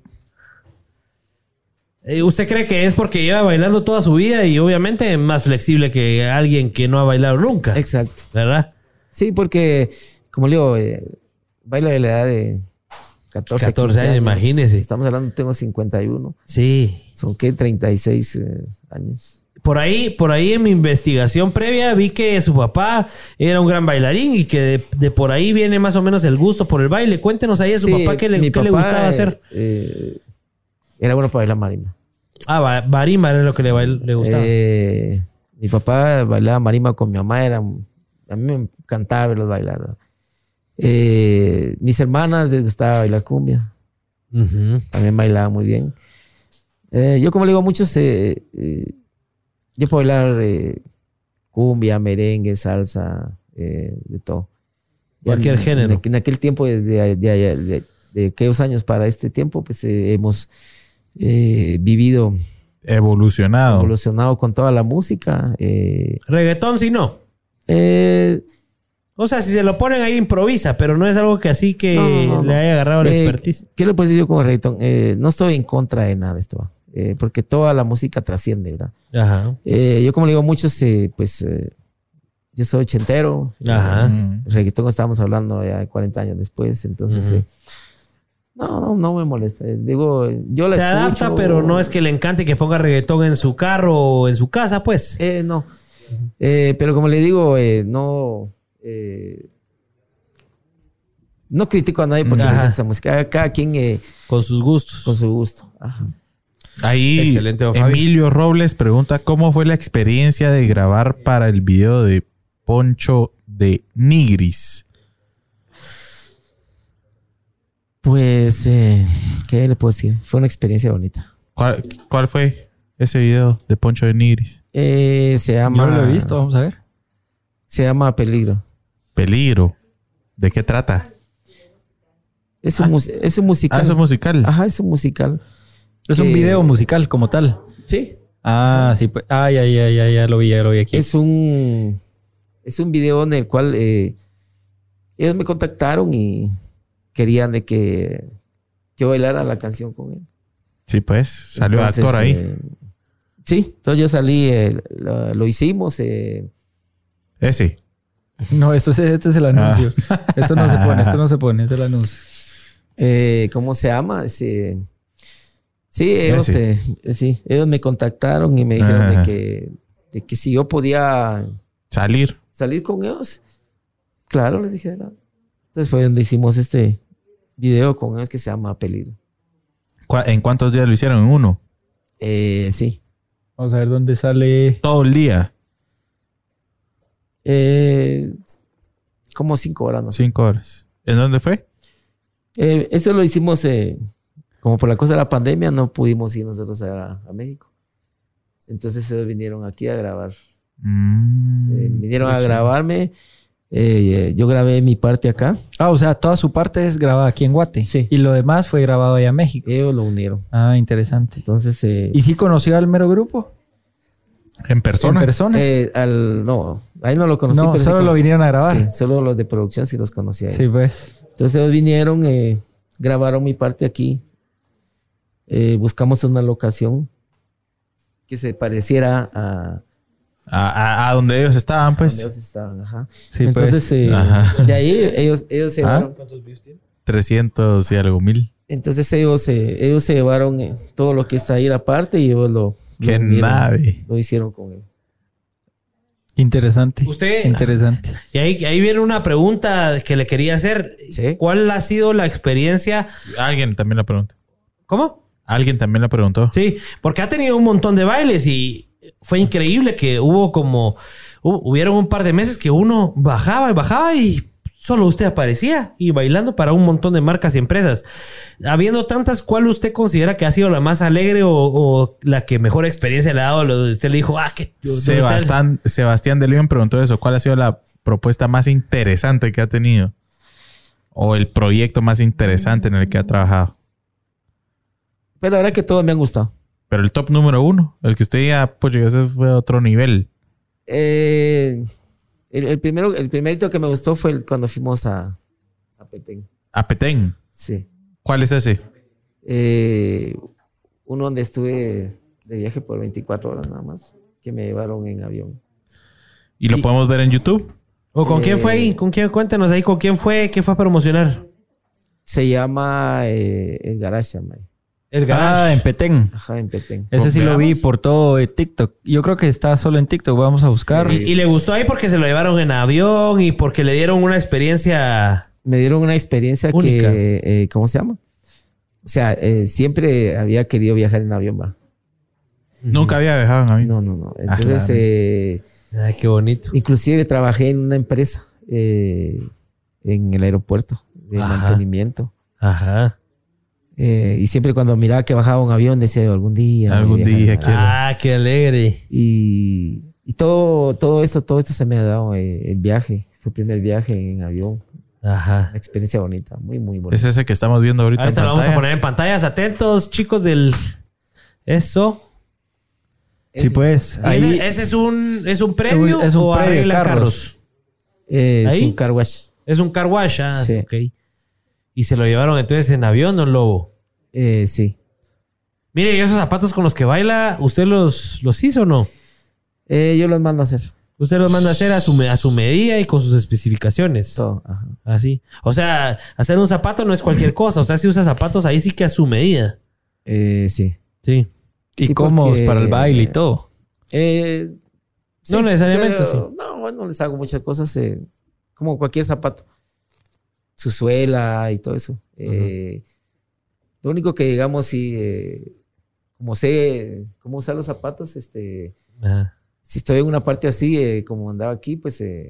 ¿Usted cree que es porque lleva bailando toda su vida y obviamente es más flexible que alguien que no ha bailado nunca? Exacto. ¿Verdad? Sí, porque, como le digo, baila de la edad de 14 años, imagínese. Estamos hablando, tengo 51. Sí. Son, ¿qué? 36 años. Por ahí en mi investigación previa vi que su papá era un gran bailarín y que de por ahí viene más o menos el gusto por el baile. Cuéntenos ahí a su papá qué le gustaba hacer. Era bueno para bailar marimba. Marimba era lo que le gustaba. Mi papá bailaba marimba con mi mamá. A mí me encantaba verlos bailar, ¿no? Mis hermanas les gustaba bailar cumbia. También bailaba muy bien. Yo, como le digo a muchos, yo puedo bailar cumbia, merengue, salsa, de todo. Cualquier género. En aquel tiempo, de aquellos años para este tiempo, pues hemos vivido. Evolucionado con toda la música. Reggaetón, sí, no. O sea, si se lo ponen ahí, improvisa, pero no es algo que así que le haya agarrado la expertise. ¿Qué le puedo decir yo con el reggaetón? No estoy en contra de nada de esto. Porque toda la música trasciende, ¿verdad? Ajá. Yo, como le digo a muchos, yo soy ochentero. Ajá. El reggaetón estábamos hablando ya 40 años después. Entonces, no me molesta. Digo, yo la escucho. Se adapta, pero no es que le encante que ponga reggaetón en su carro o en su casa, pues. No. Pero como le digo, no critico a nadie porque le gusta esa música. Cada quien con sus gustos. Con su gusto. Ajá. Ahí excelente, Emilio Robles pregunta cómo fue la experiencia de grabar para el video de Poncho de Nigris. Pues, ¿qué le puedo decir? Fue una experiencia bonita. ¿Cuál fue ese video de Poncho de Nigris? Se llama... Yo lo he visto, vamos a ver. Se llama Peligro. Peligro. ¿De qué trata? Es un musical. Ah, es un musical. Ajá, es un musical. Es un video musical como tal. Sí. Ah, sí. Pues, ya lo vi aquí. Es un video en el cual ellos me contactaron y querían de que yo bailara la canción con él. Sí, pues. Salió Entonces, actor ahí. Sí, entonces yo salí, lo hicimos. Ese. No, este es el anuncio. Esto no se pone, es el anuncio. ¿Cómo se llama? Sí, ellos me contactaron y me dijeron de que si yo podía salir con ellos. Claro, les dije, ¿verdad? Entonces fue donde hicimos este video con ellos que se llama Peligro. ¿En cuántos días lo hicieron? ¿En uno? Sí. Vamos a ver dónde sale. Todo el día. Como 5 horas, ¿no? 5 horas. ¿En dónde fue? Esto lo hicimos como por la cosa de la pandemia, no pudimos ir nosotros a México. Entonces ellos vinieron aquí a grabar. Vinieron a grabarme. Yo grabé mi parte acá. Ah, o sea, toda su parte es grabada aquí en Guate. Sí. Y lo demás fue grabado allá en México. Ellos lo unieron. Ah, interesante. Entonces... ¿Y sí conoció al mero grupo? ¿En persona? ¿En persona? No, ahí no lo conocí. No, pero solo sí lo vinieron a grabar. Sí, solo los de producción sí los conocía. Sí, pues. Entonces ellos vinieron, grabaron mi parte aquí. Buscamos una locación que se pareciera a donde ellos estaban, pues. donde ellos estaban, ajá. Sí, entonces, pues. de ahí ellos se llevaron... ¿Cuántos views tiene? 300 y algo mil. Entonces ellos se llevaron todo lo que está ahí la parte y ellos lo nave. Lo hicieron con él. Interesante. Interesante. Y ahí viene una pregunta que le quería hacer. ¿Sí? ¿Cuál ha sido la experiencia? Alguien también la preguntó. ¿Cómo? Alguien también la preguntó. Sí, porque ha tenido un montón de bailes y fue increíble que hubieron un par de meses que uno bajaba y solo usted aparecía y bailando para un montón de marcas y empresas. Habiendo tantas, ¿cuál usted considera que ha sido la más alegre o la que mejor experiencia le ha dado? Usted le dijo, Sebastián de León preguntó eso. ¿Cuál ha sido la propuesta más interesante que ha tenido? ¿O el proyecto más interesante en el que ha trabajado? Pues la verdad que todos me han gustado. Pero el top número 1, el que usted diga, pues ese fue a otro nivel. El primerito que me gustó fue cuando fuimos a Petén. ¿A Petén? Sí. ¿Cuál es ese? Uno donde estuve de viaje por 24 horas nada más, que me llevaron en avión. ¿Y lo podemos ver en YouTube? ¿O con quién fue ahí? ¿Con quién? Cuéntanos ahí con quién fue. ¿Qué fue a promocionar? Se llama El Garage, man. El Garage. En Petén. Ajá, en Petén. Ese sí lo vi por todo TikTok. Yo creo que está solo en TikTok. Vamos a buscar. ¿Y le gustó ahí porque se lo llevaron en avión y porque le dieron una experiencia? Me dieron una experiencia única. Que... ¿Cómo se llama? O sea, siempre había querido viajar en avión, va. Nunca había viajado en avión. No. Entonces... Ay, qué bonito. Inclusive trabajé en una empresa en el aeropuerto de mantenimiento. Ajá. Y siempre cuando miraba que bajaba un avión decía yo, algún día quiero. Ah, qué alegre. Y todo esto se me ha dado el viaje. Fue el primer viaje en avión. Ajá. Una experiencia bonita, muy bonita. Es ese que estamos viendo ahorita. Ahorita lo vamos a poner en pantallas. Atentos, chicos del... Eso. Sí, pues. Ahí... ¿Ese es un previo es un o previo arreglan carros? Es ¿Ahí? un car wash. Es un car wash. Ah, Sí. ok. ¿Y se lo llevaron entonces en avión o en lobo? Sí. Mire, ¿y esos zapatos con los que baila, usted los hizo o no? Yo los mando a hacer. Usted los manda a hacer a su medida y con sus especificaciones. Todo. Ajá. Así. O sea, hacer un zapato no es cualquier cosa. O sea, si usa zapatos ahí sí que a su medida. Sí. Sí. Y Sí, cómodos porque- para el baile y todo. Sí, No necesariamente, sí. No, bueno, les hago muchas cosas como cualquier zapato. Su suela y todo eso. Lo único que digamos, como sé cómo usar los zapatos, Ajá. si estoy en una parte así, como andaba aquí, pues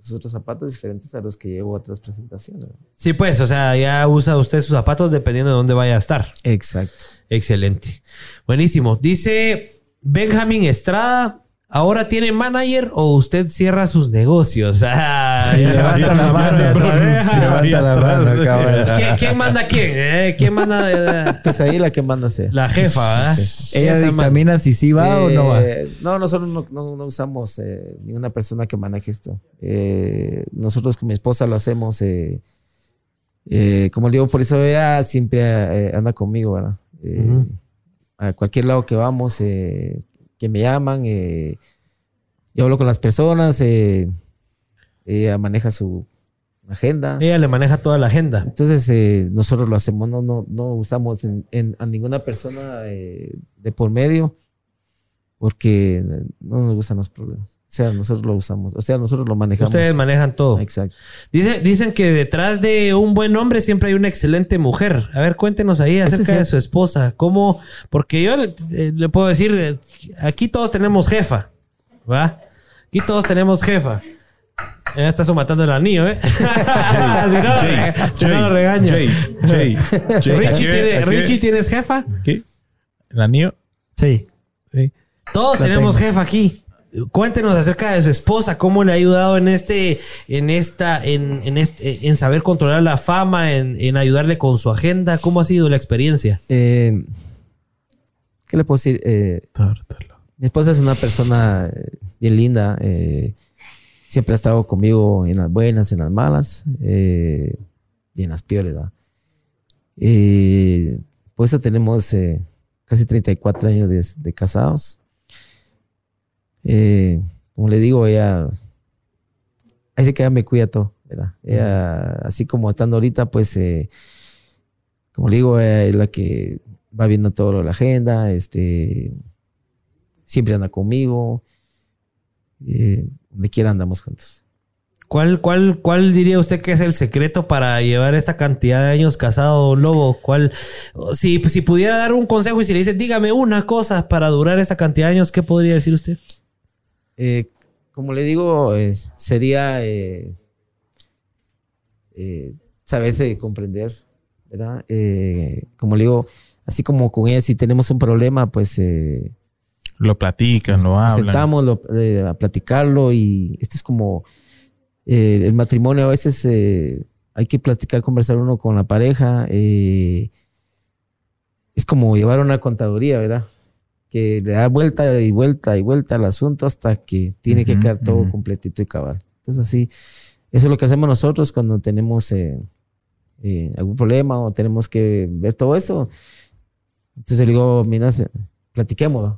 otros zapatos diferentes a los que llevo a otras presentaciones. Sí, pues, o sea, ya usa usted sus zapatos dependiendo de dónde vaya a estar. Exacto. Excelente. Buenísimo. Dice Benjamín Estrada, ¿ahora tiene manager o usted cierra sus negocios? Levanta la mano, cabrón. ¿Quién manda a quién? ¿Quién manda? Pues ahí la que manda sea. La jefa, ¿verdad? Ella dictamina si sí va o no va. No, nosotros no usamos ninguna persona que maneje esto. Nosotros con mi esposa lo hacemos. Como le digo, por eso ella siempre anda conmigo, ¿verdad? A cualquier lado que vamos, que me llaman, yo hablo con las personas, ella maneja su agenda. Ella le maneja toda la agenda. Entonces nosotros lo hacemos, no usamos a ninguna persona de por medio, porque no nos gustan los problemas. O sea, nosotros lo usamos, o sea, nosotros lo manejamos. Ustedes manejan todo. Exacto. Dicen que detrás de un buen hombre siempre hay una excelente mujer. A ver, cuéntenos ahí acerca de su esposa. ¿Cómo? Porque yo le puedo decir, aquí todos tenemos jefa, ¿va? Aquí todos tenemos jefa. Ya está matando el anillo, ¿eh? Si no lo regaña. Richie, ¿tienes jefa? ¿Qué? ¿El anillo? Sí. Todos tenemos jefa aquí. Cuéntenos acerca de su esposa, cómo le ha ayudado en saber controlar la fama, en ayudarle con su agenda. ¿Cómo ha sido la experiencia? ¿Qué le puedo decir? Mi esposa es una persona bien linda. Siempre ha estado conmigo en las buenas, en las malas y en las peores, ¿verdad? Por eso tenemos casi 34 años de casados. Como le digo, ella ahí sí que ella me cuida todo, ¿verdad? Ella, así como estando ahorita, pues como le digo, ella es la que va viendo todo lo de la agenda, siempre anda conmigo, donde quiera andamos juntos. ¿Cuál diría usted que es el secreto para llevar esta cantidad de años casado, Lobo? Si pudiera dar un consejo y si le dice, dígame una cosa para durar esta cantidad de años, ¿qué podría decir usted? Como le digo, sería saberse comprender, ¿verdad? Como le digo, así como con ella, si tenemos un problema, pues lo platican, lo hablan. Sentamos a platicarlo y esto es como el matrimonio. A veces hay que platicar, conversar uno con la pareja. Es como llevar una contaduría, ¿verdad? Que le da vuelta y vuelta y vuelta al asunto hasta que tiene que quedar todo completito y cabal. Entonces así, eso es lo que hacemos nosotros cuando tenemos algún problema o tenemos que ver todo eso. Entonces le digo, mira, platiquémoslo,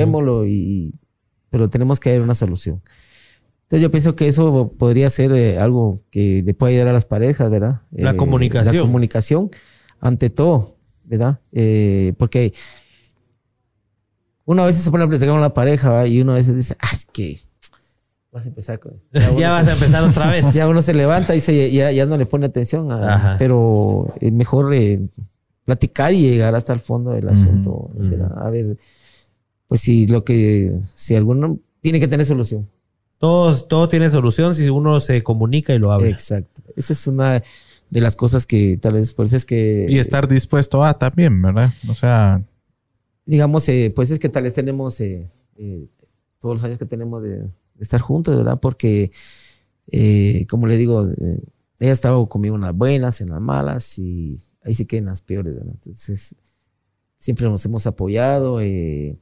pero tenemos que ver una solución. Entonces yo pienso que eso podría ser algo que le puede ayudar a las parejas, ¿verdad? La comunicación. La comunicación ante todo, ¿verdad? Porque uno a veces se pone a platicar con la pareja, ¿verdad? Y uno a veces dice, es que vas a empezar con... Ya vas a empezar otra vez. Ya uno se levanta y ya no le pone atención. Pero es mejor platicar y llegar hasta el fondo del asunto. A ver, pues si alguno tiene que tener solución. Todo tiene solución si uno se comunica y lo habla. Exacto. Esa es una de las cosas que tal vez por eso es que... Y estar dispuesto a también, ¿verdad? O sea... Digamos, pues es que tal vez tenemos todos los años que tenemos de estar juntos, ¿verdad? Porque, como le digo, ella ha estado conmigo en las buenas, en las malas y ahí sí que en las peores, ¿verdad? Entonces, siempre nos hemos apoyado. Ella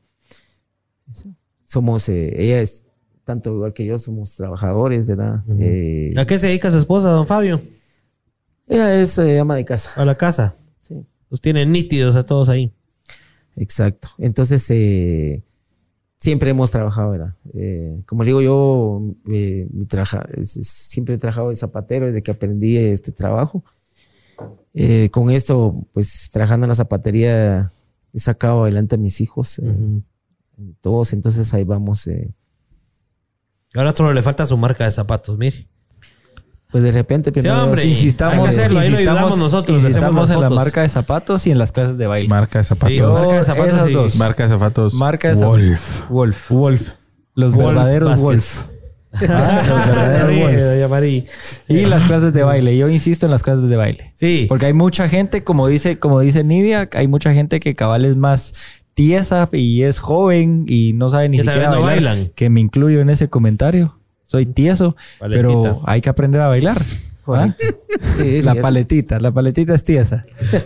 es tanto igual que yo, somos trabajadores, ¿verdad? ¿A qué se dedica su esposa, don Fabio? Ella es ama de casa. ¿A la casa? Sí. Los tienen nítidos a todos ahí. Exacto. Entonces, siempre hemos trabajado, ¿verdad? Como digo yo, siempre he trabajado de zapatero desde que aprendí este trabajo. Con esto, pues trabajando en la zapatería, he sacado adelante a mis hijos, todos. Entonces ahí vamos. Ahora solo le falta su marca de zapatos, mire. Pues de repente, sí, hombre, insistamos, hay que hacerlo, ahí lo ayudamos nosotros. Estamos en la marca de zapatos y en las clases de baile. Marca de zapatos. Sí, marca de zapatos. Marca de zapatos. Marca de Wolf. Los verdaderos Vázquez. Wolf. Doña Mari. Y las clases de baile. Yo insisto en las clases de baile. Sí. Porque hay mucha gente, como dice Nidia, hay mucha gente que cabal es más tiesa y es joven y no sabe ni Que siquiera también no bailar. bailan. Que me incluyo en ese comentario. Soy tieso, Paletita. pero hay que aprender a bailar. ¿Ah? Sí, La paletita es tiesa.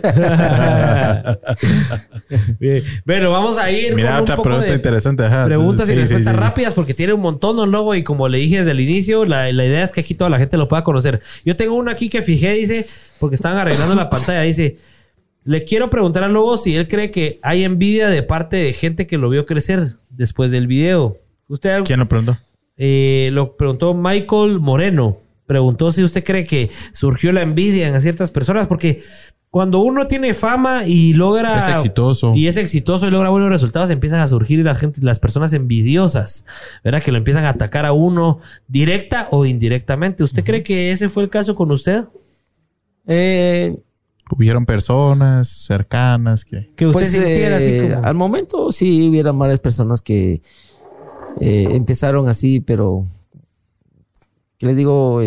Bien. Bueno, vamos a ir Mira, con un otra poco pregunta de interesante. Ajá. preguntas y Sí, respuestas sí, sí. rápidas porque tiene un montón, don Lobo, y como le dije desde el inicio, la idea es que aquí toda la gente lo pueda conocer. Yo tengo una aquí que fijé, dice, porque estaban arreglando la pantalla, dice, le quiero preguntar al Lobo si él cree que hay envidia de parte de gente que lo vio crecer después del video. ¿Usted ¿Quién lo preguntó? lo preguntó Michael Moreno? Preguntó si usted cree que surgió la envidia en ciertas personas, porque cuando uno tiene fama y logra... Es exitoso. Y es exitoso y logra buenos resultados, empiezan a surgir las personas envidiosas, ¿verdad? Que lo empiezan a atacar a uno directa o indirectamente. ¿Usted cree que ese fue el caso con usted? Hubieron personas cercanas que... Que usted Pues, sintiera así como... al momento sí hubiera varias personas que empezaron así, pero que les digo,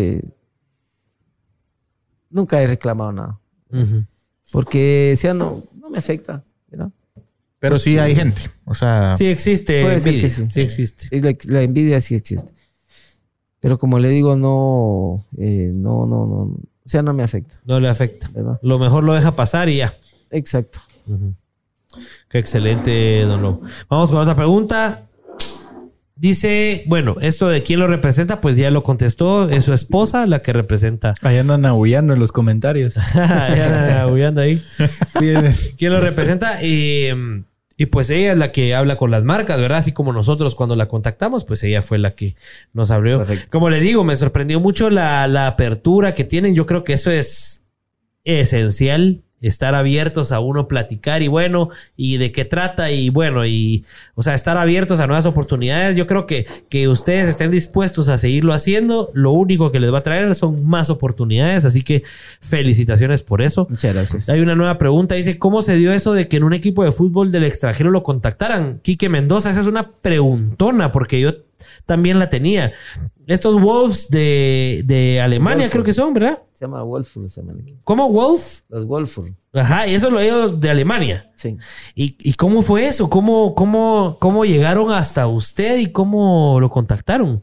nunca he reclamado nada. Ujú. Porque sea no me afecta, ¿verdad? Pero sí hay gente. O sea... Sí existe Puede ser envidia. que sí. Sí existe. Y la envidia sí existe. Pero como le digo, no, o sea, no me afecta, No le afecta. ¿verdad? Lo mejor lo deja pasar y ya. Exacto. Ujú. Qué excelente, don Lobo. Vamos con otra pregunta. Dice, bueno, esto de quién lo representa, pues ya lo contestó. Es su esposa la que representa. Ahí andan aullando en los comentarios. Ya andan aullando ahí. ¿Quién lo representa? Y pues ella es la que habla con las marcas, ¿verdad? Así como nosotros cuando la contactamos, pues ella fue la que nos abrió. Correcto. Como le digo, me sorprendió mucho la apertura que tienen. Yo creo que eso es esencial. Estar abiertos a uno platicar y bueno, y de qué trata y bueno, y o sea, estar abiertos a nuevas oportunidades. Yo creo que ustedes estén dispuestos a seguirlo haciendo. Lo único que les va a traer son más oportunidades. Así que felicitaciones por eso. Muchas gracias. Hay una nueva pregunta. Dice, ¿cómo se dio eso de que en un equipo de fútbol del extranjero lo contactaran? Quique Mendoza, esa es una preguntona porque yo también la tenía. Estos Wolves de Alemania Wolfsburg. creo que son, ¿verdad? Se llama Wolfsburg, se llama el equipo. ¿Cómo? ¿Wolf? Los Wolfsburg. Ajá, y eso lo ellos de Alemania. Sí. ¿Y cómo fue eso? ¿Cómo llegaron hasta usted y cómo lo contactaron?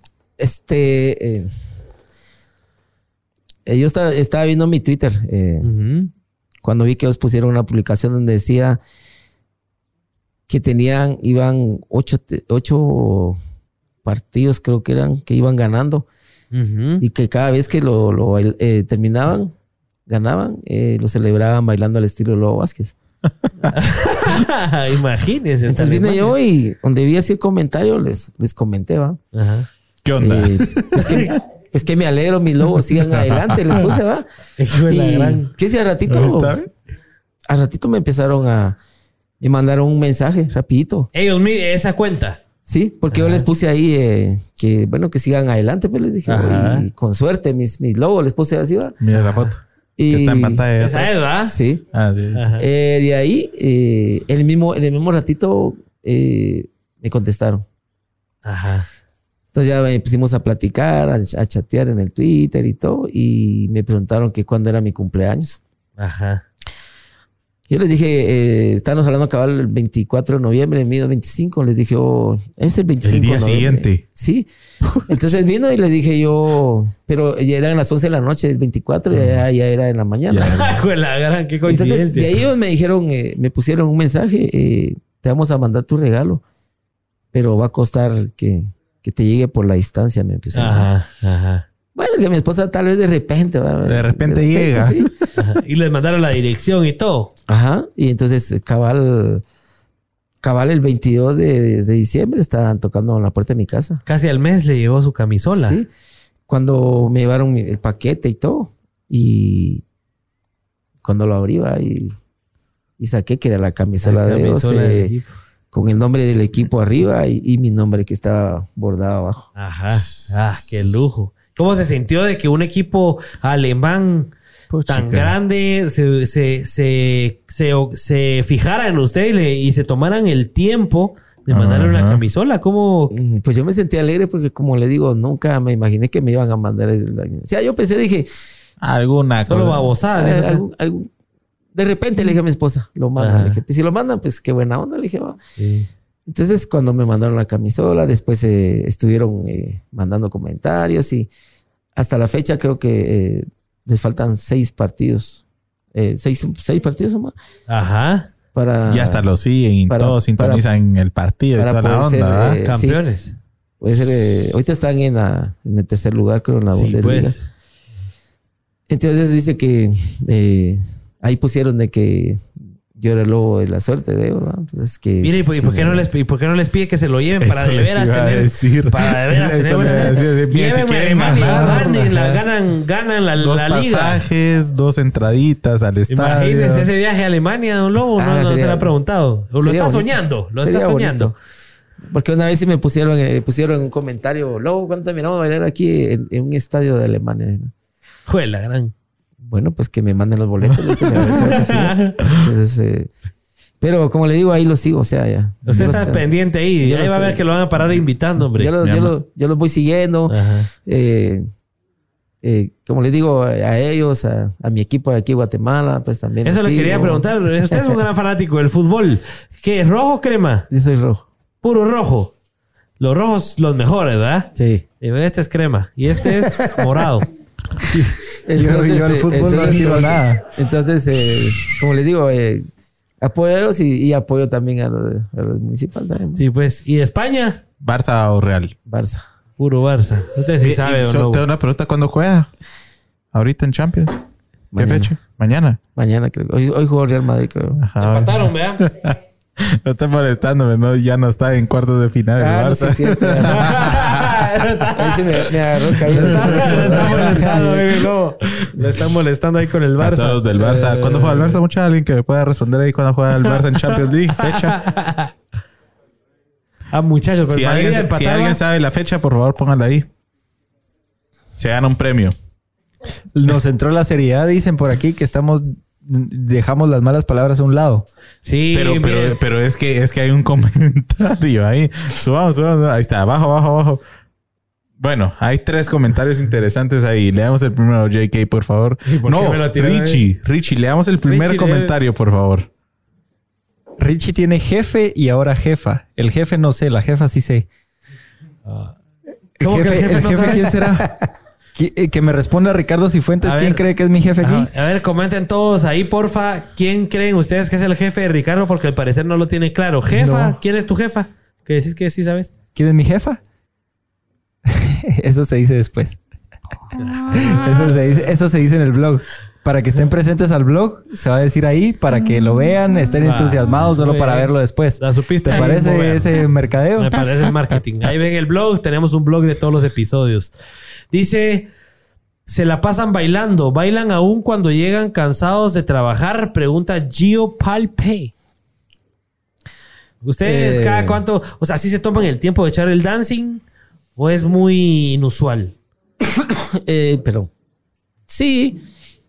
Yo estaba viendo mi Twitter Ujú. cuando vi que ellos pusieron una publicación donde decía que iban 8 partidos, creo que eran, que iban ganando. Ujú. Y que cada vez que terminaban, ganaban, lo celebraban bailando al estilo de Lobo Vázquez. Imagínense. hasta Entonces vine Alemania. yo y donde vi así el comentario, les comenté, ¿va? Ajá. ¿Qué onda? Pues que me alegro, mis lobos sigan adelante, les puse, ¿va? Hijo de la Y gran- ¿qué si al ratito? Al ratito me mandaron un mensaje rapidito. Ellos, esa cuenta. Sí, porque yo les puse ahí que bueno, que sigan adelante, pues les dije, Ajá. y con suerte, mis lobos, les puse así, ¿va? Mira la foto. Y, Que está en pantalla. Esa es, ¿verdad? Sí. Ah, sí. Ajá. De ahí, en el mismo ratito, me contestaron. Ajá. Entonces ya pusimos a platicar, a chatear en el Twitter y todo, y me preguntaron que cuándo era mi cumpleaños. Ajá. Yo les dije, estábamos hablando cabal el 24 de noviembre, el mío 25. Les dije, es el 25 El día de noviembre. siguiente. Sí. Entonces vino y les dije yo, pero ya eran las 11 de la noche, el 24, y ya era en la mañana. Hijo de la gran, qué Entonces coincidencia. de ahí ellos me dijeron, me pusieron un mensaje, te vamos a mandar tu regalo, pero va a costar que te llegue por la distancia, me pusieron. Ajá, ajá. Bueno, que mi esposa tal vez de repente, ¿va? De repente llega. Sí. Ajá. Y les mandaron la dirección y todo. Ajá. Y entonces cabal el 22 de diciembre estaban tocando en la puerta de mi casa. Casi al mes le llevó su camisola. Sí. Cuando me llevaron el paquete y todo. Y cuando lo abrí, ¿va? y saqué que era la camisola, de ellos, del equipo. con el nombre del equipo arriba y mi nombre que estaba bordado abajo. Ajá. Ah, qué lujo. ¿Cómo se sintió de que un equipo alemán tan grande se fijara en usted y se tomaran el tiempo De mandarle una camisola. ¿Cómo? Pues yo me sentí alegre porque, como le digo, nunca me imaginé que me iban a mandar o sea, yo pensé, dije... Alguna Solo cosa. babosada. De repente le dije a mi esposa, lo mandan. Le dije, pues si lo mandan, pues qué buena onda. Le dije, va. Sí. Entonces, cuando me mandaron la camisola, después estuvieron mandando comentarios y hasta la fecha creo que les faltan 6 partidos. 6 partidos o más. Ajá. Y hasta lo siguen y todos sintonizan el partido y toda la onda, ¿verdad? Campeones. Sí, puede ser, ahorita están en el tercer lugar, creo, en la Bundesliga. Pues. Entonces dice que ahí pusieron de que yo era el lobo de la suerte de ellos, ¿no? Entonces que... Mire, ¿y por qué no les pide que se lo lleven para de veras tener... Para de veras tener... Llévenme a Alemania, ganan la liga. 2 pasajes, 2 entraditas al estadio. Imagínese ese viaje a Alemania, don Lobo. No se lo ha preguntado. Lo está soñando. Lo está soñando. Porque una vez sí me pusieron un comentario, Lobo, ¿cuánto miramos a bailar aquí en un estadio de Alemania? Juela, gran... Bueno, pues que me manden los boletos. Entonces, pero como le digo, ahí los sigo. O sea, ya. Usted está pendiente ahí. Ahí va a ver que lo van a parar invitando, hombre. Yo los voy siguiendo. Como les digo a ellos, a mi equipo de aquí Guatemala, pues también. Eso le quería preguntar. Usted es un gran fanático del fútbol. ¿Qué es rojo o crema? Yo soy rojo. Puro rojo. Los rojos, los mejores, ¿verdad? Sí. Este es crema y este es morado. Entonces, yo al fútbol no digo nada. Entonces, como les digo, apoyo a ellos y apoyo también a los municipales también. Sí, pues. ¿Y de España? ¿Barça o Real? Barça. Puro Barça. Usted sí sabe, ¿o no? Te doy una pregunta. ¿Cuándo juega? ¿Ahorita en Champions? ¿Qué fecha? ¿Mañana? Mañana, creo. Hoy jugó Real Madrid, creo. Ajá. Empataron, ¿verdad? No está molestándome, ¿no? Ya no está en cuartos de final. No sé si es cierto. Ahí se me agarró caído. Lo están molestando ahí con el Barça. A todos del Barça. ¿Cuándo juega el Barça? Mucha alguien que me pueda responder ahí cuándo juega el Barça en Champions League. Fecha. Muchachos, Si alguien sabe la fecha, por favor, pónganla ahí. Se gana un premio. Nos entró la seriedad, dicen por aquí, que dejamos las malas palabras a un lado. Sí, pero es que hay un comentario ahí. Subamos. Ahí está, abajo. Bueno, hay 3 comentarios interesantes ahí. Leamos el primero, JK, por favor. No, Richie, leamos el primer comentario, por favor. Richie tiene jefe y ahora jefa. El jefe no sé, la jefa sí sé. ¿Cómo que el jefe quién será? Que me responda Ricardo Cifuentes. ¿Quién cree que es mi jefe aquí? A ver, comenten todos ahí, porfa. ¿Quién creen ustedes que es el jefe de Ricardo? Porque al parecer no lo tiene claro. ¿Jefa? No. ¿Quién es tu jefa? Que decís que sí sabes. ¿Quién es mi jefa? Eso se dice después. Eso se dice en el blog. Para que estén presentes al blog, se va a decir ahí, para que lo vean, estén entusiasmados solo para verlo después. La supiste. ¿Te parece ese mercadeo? Me parece el marketing. Ahí ven el blog. Tenemos un blog de todos los episodios. Dice... Se la pasan bailando. ¿Bailan aún cuando llegan cansados de trabajar? Pregunta Gio Palpe. ¿Ustedes cada cuánto... O sea, ¿sí se toman el tiempo de echar el dancing? ¿O es muy inusual? Perdón. Sí.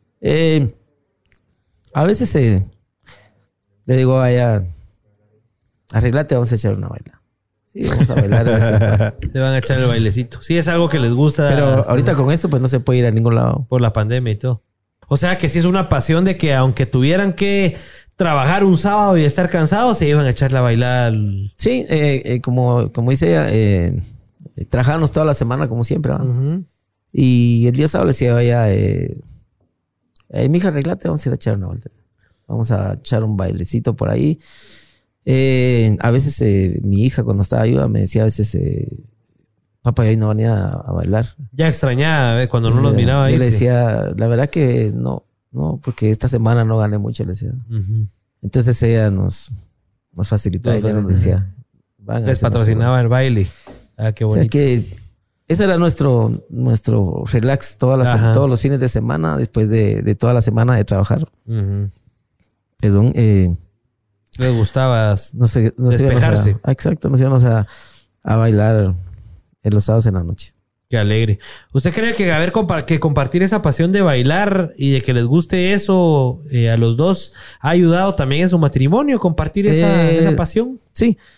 A veces le digo allá... Arreglate, vamos a echar una baila. Sí, vamos a bailar. Se van a echar el bailecito. Sí, es algo que les gusta. Pero ahorita con esto, pues no se puede ir a ningún lado. Por la pandemia y todo. O sea, que sí es una pasión de que aunque tuvieran que trabajar un sábado y estar cansados, se iban a echarla a bailar. Sí, como dice ella, trabajamos toda la semana como siempre. ¿No? Y el día sábado le decía a ella, mija, arreglate, vamos a ir a echar una vuelta. Vamos a echar un bailecito por ahí. A veces mi hija cuando estaba ayuda me decía a veces papá hoy no venía a bailar. Ya extrañaba cuando no los miraba ahí. Yo le decía, la verdad que no, porque esta semana no gané mucho, le decía. Entonces ella nos facilitó, ella nos decía, les patrocinaba el baile. Ah, qué bonito. O sea que ese era nuestro relax todos los fines de semana después de toda la semana de trabajar. Perdón, les gustaba despejarse. Exacto, nos íbamos a bailar en los sábados en la noche. Qué alegre. ¿Usted cree que compartir esa pasión de bailar y de que les guste eso a los dos ha ayudado también en su matrimonio? ¿Compartir esa pasión? Sí.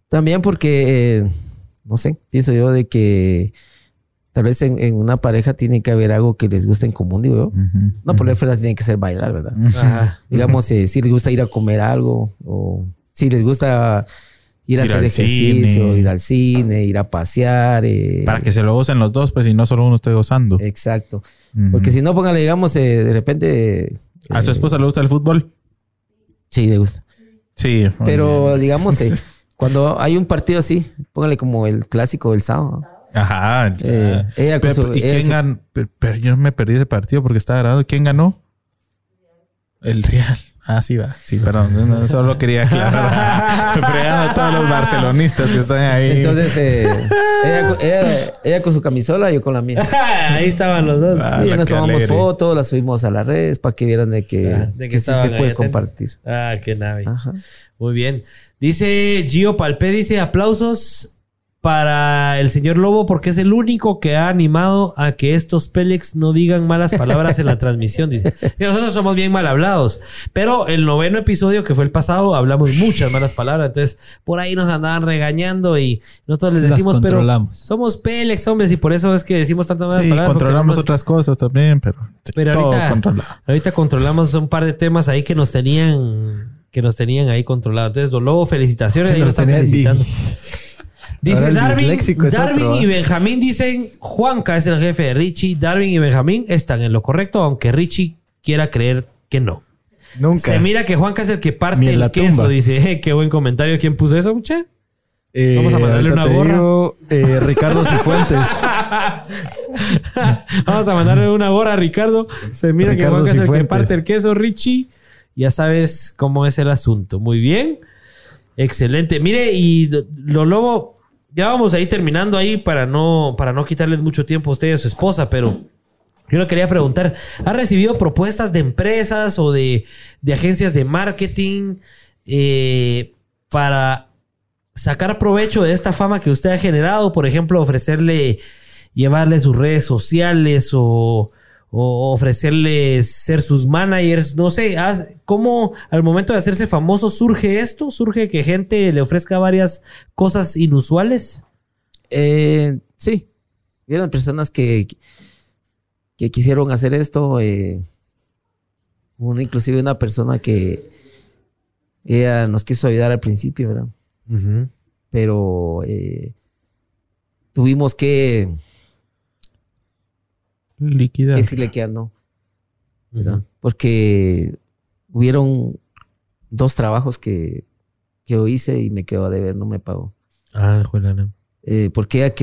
También porque, no sé, pienso yo de que tal vez en una pareja tiene que haber algo que les guste en común, digo yo. No, por la fuerza tiene que ser bailar, ¿verdad? Ajá. Digamos, si les gusta ir a comer algo o si les gusta ir a hacer ejercicio, ir al cine, ir a pasear. Para que se lo gocen los dos, pues, y no solo uno esté gozando. Exacto. Porque si no, póngale, digamos, de repente... ¿A su esposa le gusta el fútbol? Sí, le gusta. Sí. Pero, digamos, cuando hay un partido así, póngale como el clásico del sábado. Ajá. Ella con su, ¿Y quién ganó? Pero yo me perdí ese partido porque estaba grabado. ¿Quién ganó? El Real. Ah, sí va. Sí, perdón. No, solo quería aclarar. Fregando a todos los barcelonistas que están ahí. Entonces, ella con su camisola, yo con la mía. Ahí estaban los dos. Sí, nos tomamos fotos, las subimos a las redes para que vieran de que sí se puede compartir. Ah, qué nave. Ajá. Muy bien. Dice Gio Palpé, dice aplausos para el señor Lobo porque es el único que ha animado a que estos Pélex no digan malas palabras en la transmisión. Dice, y nosotros somos bien mal hablados, pero el 9º episodio que fue el pasado hablamos muchas malas palabras, entonces por ahí nos andaban regañando y nosotros les decimos, pero somos Pélex, hombres, y por eso es que decimos tantas malas palabras. Sí, controlamos otras cosas también, pero todo controlado. Ahorita controlamos un par de temas ahí que nos tenían ahí controlados. Entonces, Don Lobo, felicitaciones, ahí nos están felicitando. Dice Darwin y Benjamín dicen, Juanca es el jefe de Richie. Darwin y Benjamín están en lo correcto, aunque Richie quiera creer que no. Nunca. Se mira que Juanca es el que parte el queso. Dice, qué buen comentario. ¿Quién puso eso, mucha? Vamos a mandarle una gorra. Ricardo Cifuentes. Vamos a mandarle una gorra a Ricardo. Se mira que Juanca es el que parte el queso, Richie. Ya sabes cómo es el asunto. Muy bien. Excelente. Mire, y lo Lobo... Ya vamos a ir terminando ahí para no quitarles mucho tiempo a usted y a su esposa, pero yo le quería preguntar, ¿ha recibido propuestas de empresas o de agencias de marketing para sacar provecho de esta fama que usted ha generado? Por ejemplo, llevarle sus redes sociales o ofrecerles ser sus managers, no sé, ¿cómo al momento de hacerse famoso surge esto? ¿Surge que gente le ofrezca varias cosas inusuales? Sí, vieron personas que quisieron hacer esto, inclusive una persona que ella nos quiso ayudar al principio, ¿verdad? Uh-huh. Pero tuvimos que liquidar. Que sí le quedan, no. ¿Verdad? Uh-huh. Porque hubieron 2 trabajos que yo hice y me quedó a deber, no me pagó. Ah, juelana. Porque ella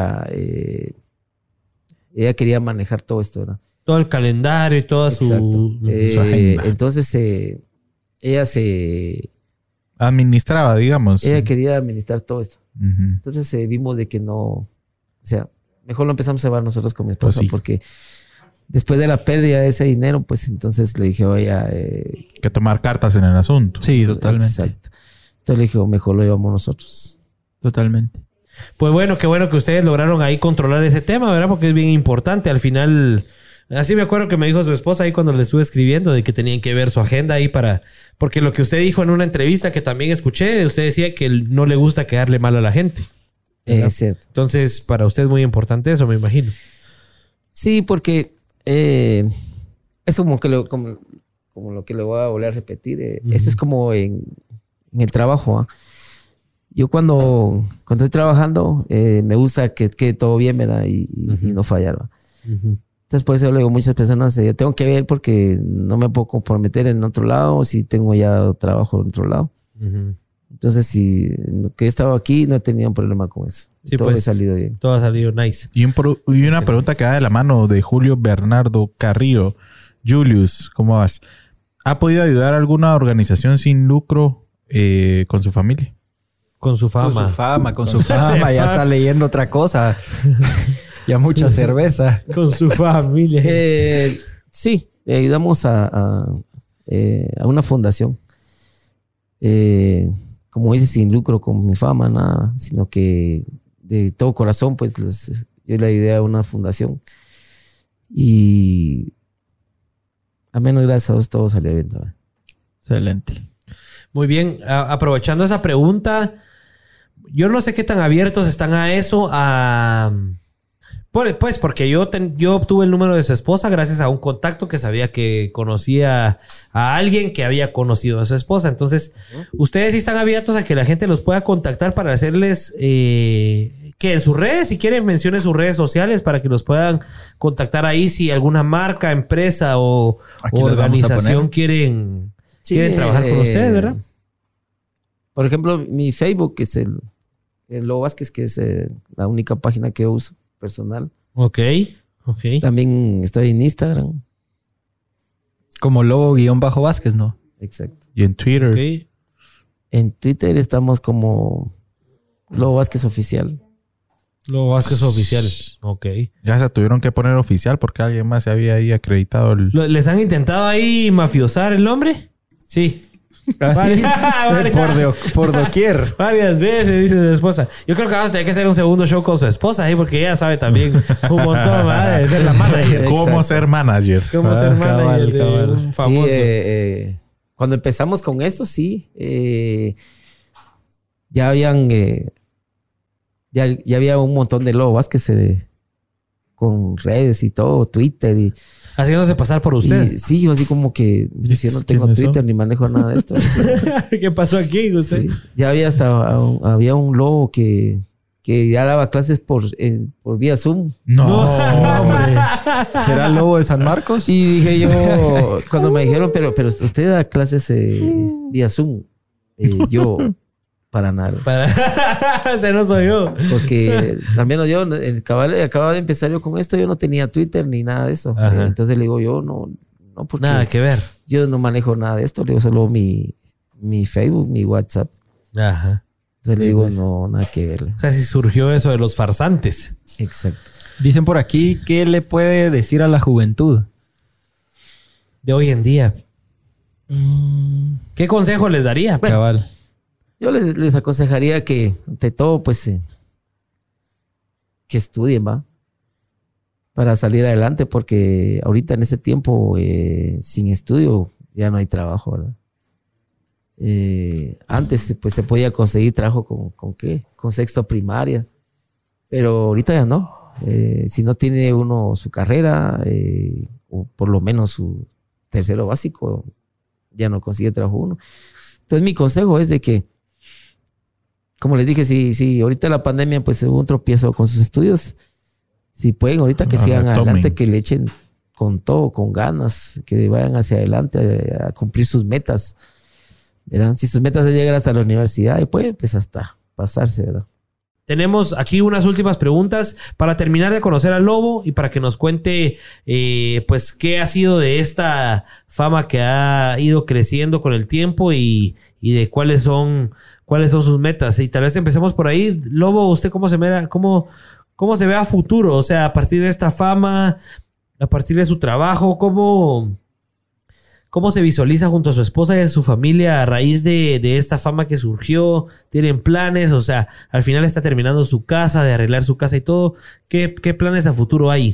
quería manejar todo esto, ¿verdad? Todo el calendario y toda su agenda. Entonces ella se administraba, digamos. Ella quería administrar todo esto. Uh-huh. Entonces vimos de que no, o sea, mejor lo empezamos a llevar nosotros con mi esposa, pues sí. Porque después de la pérdida de ese dinero, pues entonces le dije, oye... que tomar cartas en el asunto. Sí, totalmente. Exacto. Entonces le dije, mejor lo llevamos nosotros. Totalmente. Pues bueno, qué bueno que ustedes lograron ahí controlar ese tema, ¿verdad? Porque es bien importante. Al final, así me acuerdo que me dijo su esposa ahí cuando le estuve escribiendo de que tenían que ver su agenda ahí para... Porque lo que usted dijo en una entrevista que también escuché, usted decía que no le gusta quedarle mal a la gente. Es cierto. Entonces, para usted es muy importante eso, me imagino. Sí, porque es como lo que le voy a volver a repetir. Uh-huh. Esto es como en el trabajo. Yo cuando estoy trabajando, me gusta que quede todo bien, ¿verdad? Y no fallar. Uh-huh. Entonces, por eso yo le digo a muchas personas, yo tengo que ver porque no me puedo comprometer en otro lado si tengo ya trabajo en otro lado. Uh-huh. Entonces, si que he estado aquí, no he tenido un problema con eso. Sí, todo pues, ha salido bien. Todo ha salido nice. Y una pregunta que va de la mano de Julio Bernardo Carrillo. Julius, ¿cómo vas? ¿Ha podido ayudar a alguna organización sin lucro con su familia? Con su fama. Con su fama. Ya está leyendo otra cosa. Ya mucha cerveza. Con su familia. Sí, ayudamos a una fundación. Como dice, sin lucro con mi fama, nada, sino que de todo corazón, pues yo le ayudé a una fundación y a menos gracias a Dios todo salió bien también. Excelente. Muy bien, aprovechando esa pregunta, yo no sé qué tan abiertos están a eso, pues porque yo obtuve el número de su esposa gracias a un contacto que sabía que conocía a alguien que había conocido a su esposa. Entonces, ustedes sí están abiertos a que la gente los pueda contactar para hacerles que en sus redes, si quieren, mencionen sus redes sociales para que los puedan contactar ahí si alguna marca, empresa o organización quieren trabajar con ustedes, ¿verdad? Por ejemplo, mi Facebook es el Lobo Vázquez, que es la única página que uso personal. Ok. También estoy en Instagram. Como Lobo-Vázquez, ¿no? Exacto. Y en Twitter. Okay. En Twitter estamos como Lobo Vázquez Oficial. Lobo Vázquez Oficial. Ok. Ya se tuvieron que poner oficial porque alguien más se había ahí acreditado. ¿Les han intentado ahí mafiosar el nombre? Sí. Por doquier. Varias veces, dice su esposa. Yo creo que vamos a tener que hacer un segundo show con su esposa ahí porque ella sabe también un montón, ¿verdad? De ser la manager. ¿Cómo ser manager? ¿Cómo ser manager de un famoso? Sí, cuando empezamos con esto, sí. Ya habían... ya había un montón de Lobo Vázquez con redes y todo, Twitter y... Haciéndose pasar por usted. Sí, yo así como que yo no tengo Twitter ni manejo nada de esto. ¿Qué pasó aquí, usted? Sí. Ya había un lobo que ya daba clases por vía Zoom. No, hombre. ¿Será el Lobo de San Marcos? Y dije yo, cuando me dijeron, pero usted da clases vía Zoom. Yo, para nada. Ese no soy yo. Porque también yo, acababa de empezar yo con esto, yo no tenía Twitter ni nada de eso. Entonces le digo yo, no, porque nada que ver. Yo no manejo nada de esto, le digo solo mi Facebook, mi WhatsApp. Ajá. Entonces le digo, no, nada que ver. O sea, si surgió eso de los farsantes. Exacto. Dicen por aquí, ¿qué le puede decir a la juventud de hoy en día? ¿Qué consejo les daría? Bueno, cabal? Yo les aconsejaría que, ante todo, pues, que estudien, ¿va? Para salir adelante, porque ahorita en este tiempo, sin estudio, ya no hay trabajo, ¿verdad? Antes, pues, se podía conseguir trabajo ¿con qué? Con sexto primaria. Pero ahorita ya no. Si no tiene uno su carrera, o por lo menos su tercero básico, ya no consigue trabajo uno. Entonces, mi consejo es de que, como les dije, si ahorita la pandemia pues hubo un tropiezo con sus estudios, si pueden ahorita que sigan adelante, que le echen con todo, con ganas, que vayan hacia adelante a cumplir sus metas, ¿verdad? Si sus metas es llegar hasta la universidad, y pueden pues hasta pasarse, ¿verdad? Tenemos aquí unas últimas preguntas para terminar de conocer al Lobo y para que nos cuente pues qué ha sido de esta fama que ha ido creciendo con el tiempo y de cuáles son sus metas. Y tal vez empecemos por ahí. Lobo, ¿usted cómo se ve a futuro? O sea, a partir de esta fama, a partir de su trabajo, ¿cómo se visualiza junto a su esposa y a su familia a raíz de esta fama que surgió? ¿Tienen planes? O sea, al final está terminando su casa, de arreglar su casa y todo. ¿Qué planes a futuro hay?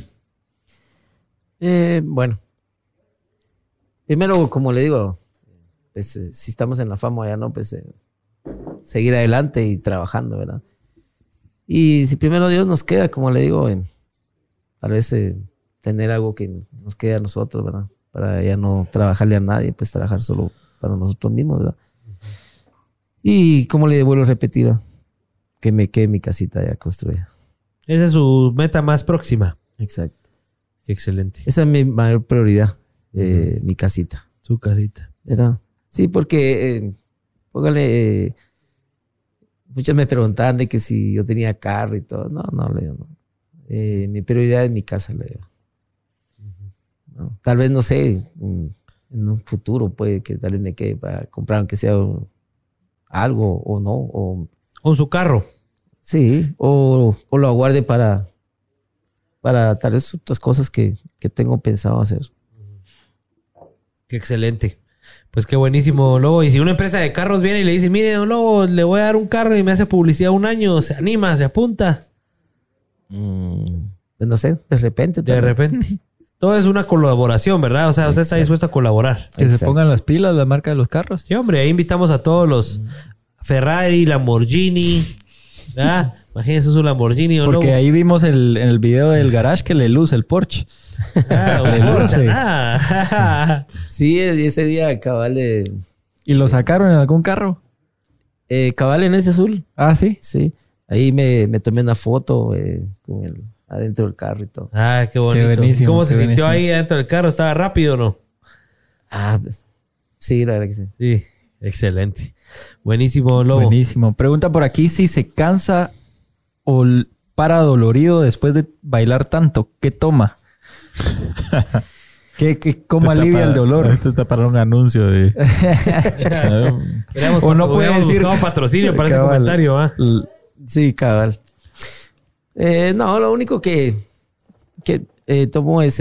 Bueno, primero, como le digo, pues si estamos en la fama ya no, pues seguir adelante y trabajando, ¿verdad? Y si primero Dios nos queda, como le digo, tal vez tener algo que nos quede a nosotros, ¿verdad? Para ya no trabajarle a nadie, pues trabajar solo para nosotros mismos, ¿verdad? Y como le vuelvo a repetir, que me quede mi casita ya construida. Esa es su meta más próxima. Exacto. Qué excelente. Esa es mi mayor prioridad, mi casita. Su casita. ¿Verdad? Sí, porque, póngale, muchos me preguntaban de que si yo tenía carro y todo. No, le digo, no. Mi prioridad es mi casa, le digo. ¿No? Tal vez, no sé, en un futuro puede que tal vez me quede para comprar aunque sea algo o no. O su carro. Sí, o lo aguarde para tal vez otras cosas que tengo pensado hacer. Qué excelente. Pues qué buenísimo, Lobo. Y si una empresa de carros viene y le dice, mire, don Lobo, le voy a dar un carro y me hace publicidad un año, ¿se anima, se apunta? Pues no sé, de repente. De repente. Todo es una colaboración, ¿verdad? O sea, usted está dispuesto a colaborar. Que se pongan las pilas, la marca de los carros. Sí, hombre, ahí invitamos a todos los Ferrari, Lamborghini, Imagínese su Lamborghini o no. Porque ahí vimos en el video del garage que le luce el Porsche. Le luce. Sí, ese día cabal ¿Y lo sacaron en algún carro? cabal en ese azul. Ah, ¿sí? Sí. Ahí me tomé una foto con el adentro del carro y todo. Qué bonito. Qué buenísimo, ¿Cómo se qué sintió buenísimo. ahí adentro del carro? ¿Estaba rápido o no? Pues, sí, la verdad que sí. Sí, excelente. Buenísimo, Lobo. Buenísimo. Pregunta por aquí si se cansa o para dolorido después de bailar tanto. ¿Qué toma? ¿Cómo alivia el dolor? Esto está para un anuncio de... O no puede hubiéramos decir- buscado patrocinio para ese Cabal. comentario, ¿ah? Sí, cabal. No, lo único que tomo es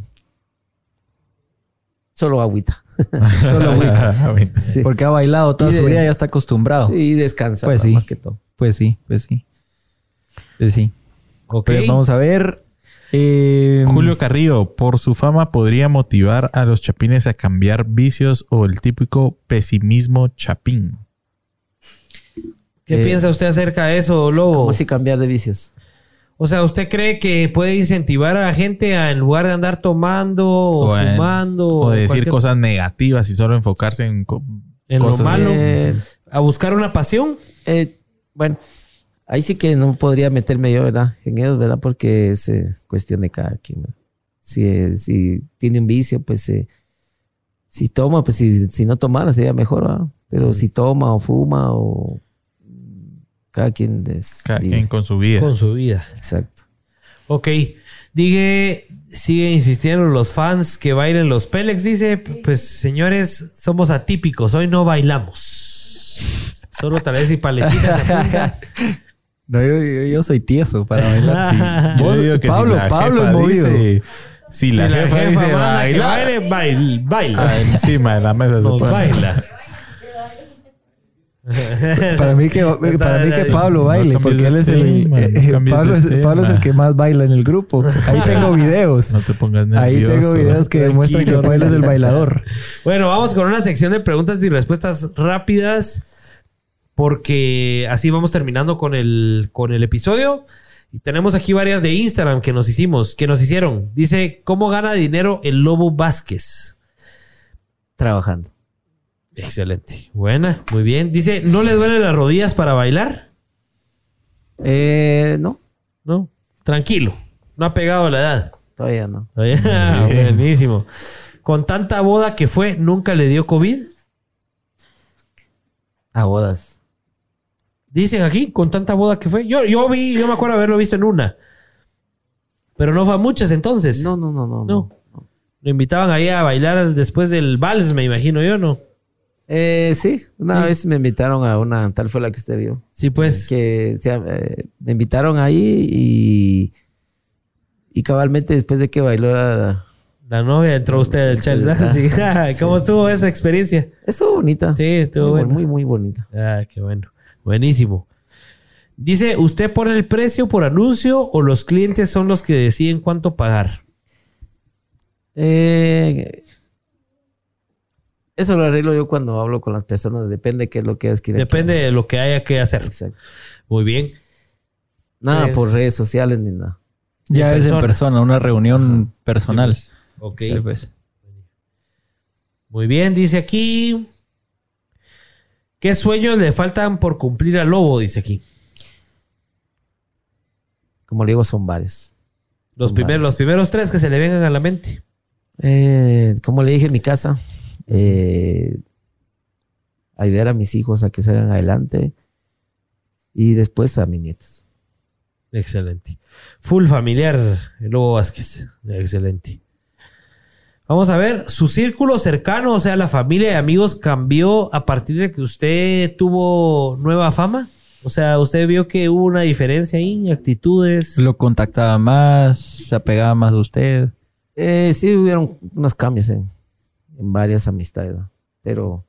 solo agüita. Solo agüita. Sí. Porque ha bailado toda Y su de- vida, ya está acostumbrado. Sí, descansa Pues sí. más que todo. Pues sí. Pues sí. Ok. Pero vamos a ver. Julio Carrillo, por su fama, podría motivar a los chapines a cambiar vicios o el típico pesimismo chapín. ¿Qué piensa usted acerca de eso, Lobo? ¿Cómo así cambiar de vicios? O sea, ¿usted cree que puede incentivar a la gente a, en lugar de andar tomando o fumando o de decir cualquier- cosas negativas y solo enfocarse en en lo cosas malo, Eh, a buscar una pasión? Bueno, ahí sí que no podría meterme yo, ¿verdad? En ellos, ¿verdad? Porque es cuestión de cada quien, ¿verdad? Si tiene un vicio, pues si toma, pues si no tomara sería mejor, ¿verdad? Pero si toma o fuma o cada quien es cada libre. quien con su vida. Con su vida. Exacto. Ok. Sigue insistiendo los fans que bailen los Pélex. Dice, pues señores, somos atípicos. Hoy no bailamos. Solo tal vez y paletitas se apunta. No, yo soy tieso para bailar. Yo Vos, digo que Pablo, si la Pablo jefa es movido. dice- si la jefa dice manda que bailar, baile, baila. encima de la mesa se No, pone. baila. Para mí que Pablo baile, cambies porque de él es tema, no cambies Pablo de Pablo es el tema. que más baila en el grupo. Ahí tengo videos. No te pongas nervioso. Ahí tengo videos que demuestran que Pablo es el bailador. Bueno, vamos con una sección de preguntas y respuestas rápidas. Porque así vamos terminando con el episodio. Y tenemos aquí varias de Instagram que nos hicieron. Dice, ¿cómo gana dinero el Lobo Vázquez? Trabajando. Excelente. Buena, muy bien. Dice, ¿no le duelen las rodillas para bailar? No, No, tranquilo. No ha pegado la edad. todavía no. Buenísimo. Con tanta boda que fue, ¿nunca le dio COVID? A bodas. Dicen aquí, con tanta boda que fue. Yo me acuerdo haberlo visto en una. Pero no fue a muchas entonces. No. No. Lo invitaban ahí a bailar después del vals, me imagino yo, ¿no? Sí, una vez me invitaron a una, tal fue la que usted vio. Sí, pues. Que me invitaron ahí y cabalmente después de que bailó La novia entró usted al chat. Sí. ¿Cómo estuvo esa experiencia? estuvo bonita. Sí, estuvo muy, bueno. muy, muy bonita. Qué bueno. Buenísimo. Dice, ¿usted pone el precio por anuncio o los clientes son los que deciden cuánto pagar? Eso lo arreglo yo cuando hablo con las personas. Depende de qué es lo que es. Depende de lo que haya que hacer. Exacto. Muy bien. Nada por redes sociales ni nada. Ya En es en persona. persona, una reunión personal. Ok. Sí, pues. Muy bien, dice aquí. ¿Qué sueños le faltan por cumplir al Lobo? Dice aquí. Como le digo, son varios. Los Son varios. primeros tres que se le vengan a la mente. Como le dije en mi casa, ayudar a mis hijos a que salgan adelante y después a mis nietos. Excelente. Full familiar, el Lobo Vázquez. Excelente. Vamos a ver, su círculo cercano, o sea, la familia y amigos, cambió a partir de que usted tuvo nueva fama. O sea, usted vio que hubo una diferencia ahí, actitudes. Lo contactaba más, se apegaba más a usted. Sí, hubieron unos cambios en varias amistades, ¿no? Pero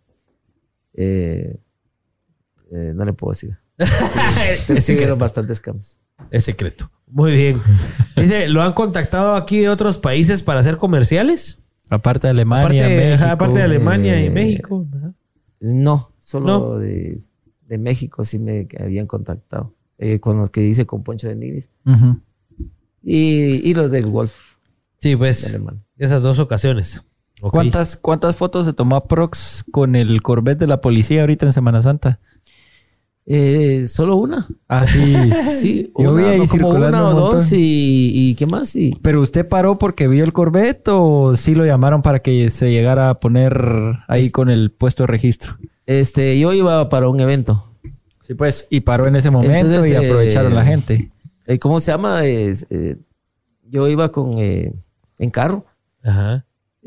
no le puedo decir. Pero sí hubieron bastantes cambios. Es secreto. Muy bien. Dice, ¿lo han contactado aquí de otros países para hacer comerciales? Aparte de Alemania, México. Aparte de Alemania y México. Ajá. No, solo No. de México sí me habían contactado. con los que hice con Poncho de Nigris. Ujú. Y los del Wolf. Sí, de pues alemán. esas 2 ocasiones. Ok. ¿Cuántas fotos se tomó Prox con el Corvette de la policía ahorita en Semana Santa? Solo una. Ah, sí. Sí, Yo vi ahí como circulando una un o montón. 2 y ¿qué más? Sí. ¿Pero usted paró porque vio el Corvette o sí lo llamaron para que se llegara a poner ahí con el puesto de registro? Yo iba para un evento. Sí, pues. Y paró en ese momento Entonces, y aprovecharon la gente. ¿Cómo se llama? Yo iba en carro. Ajá.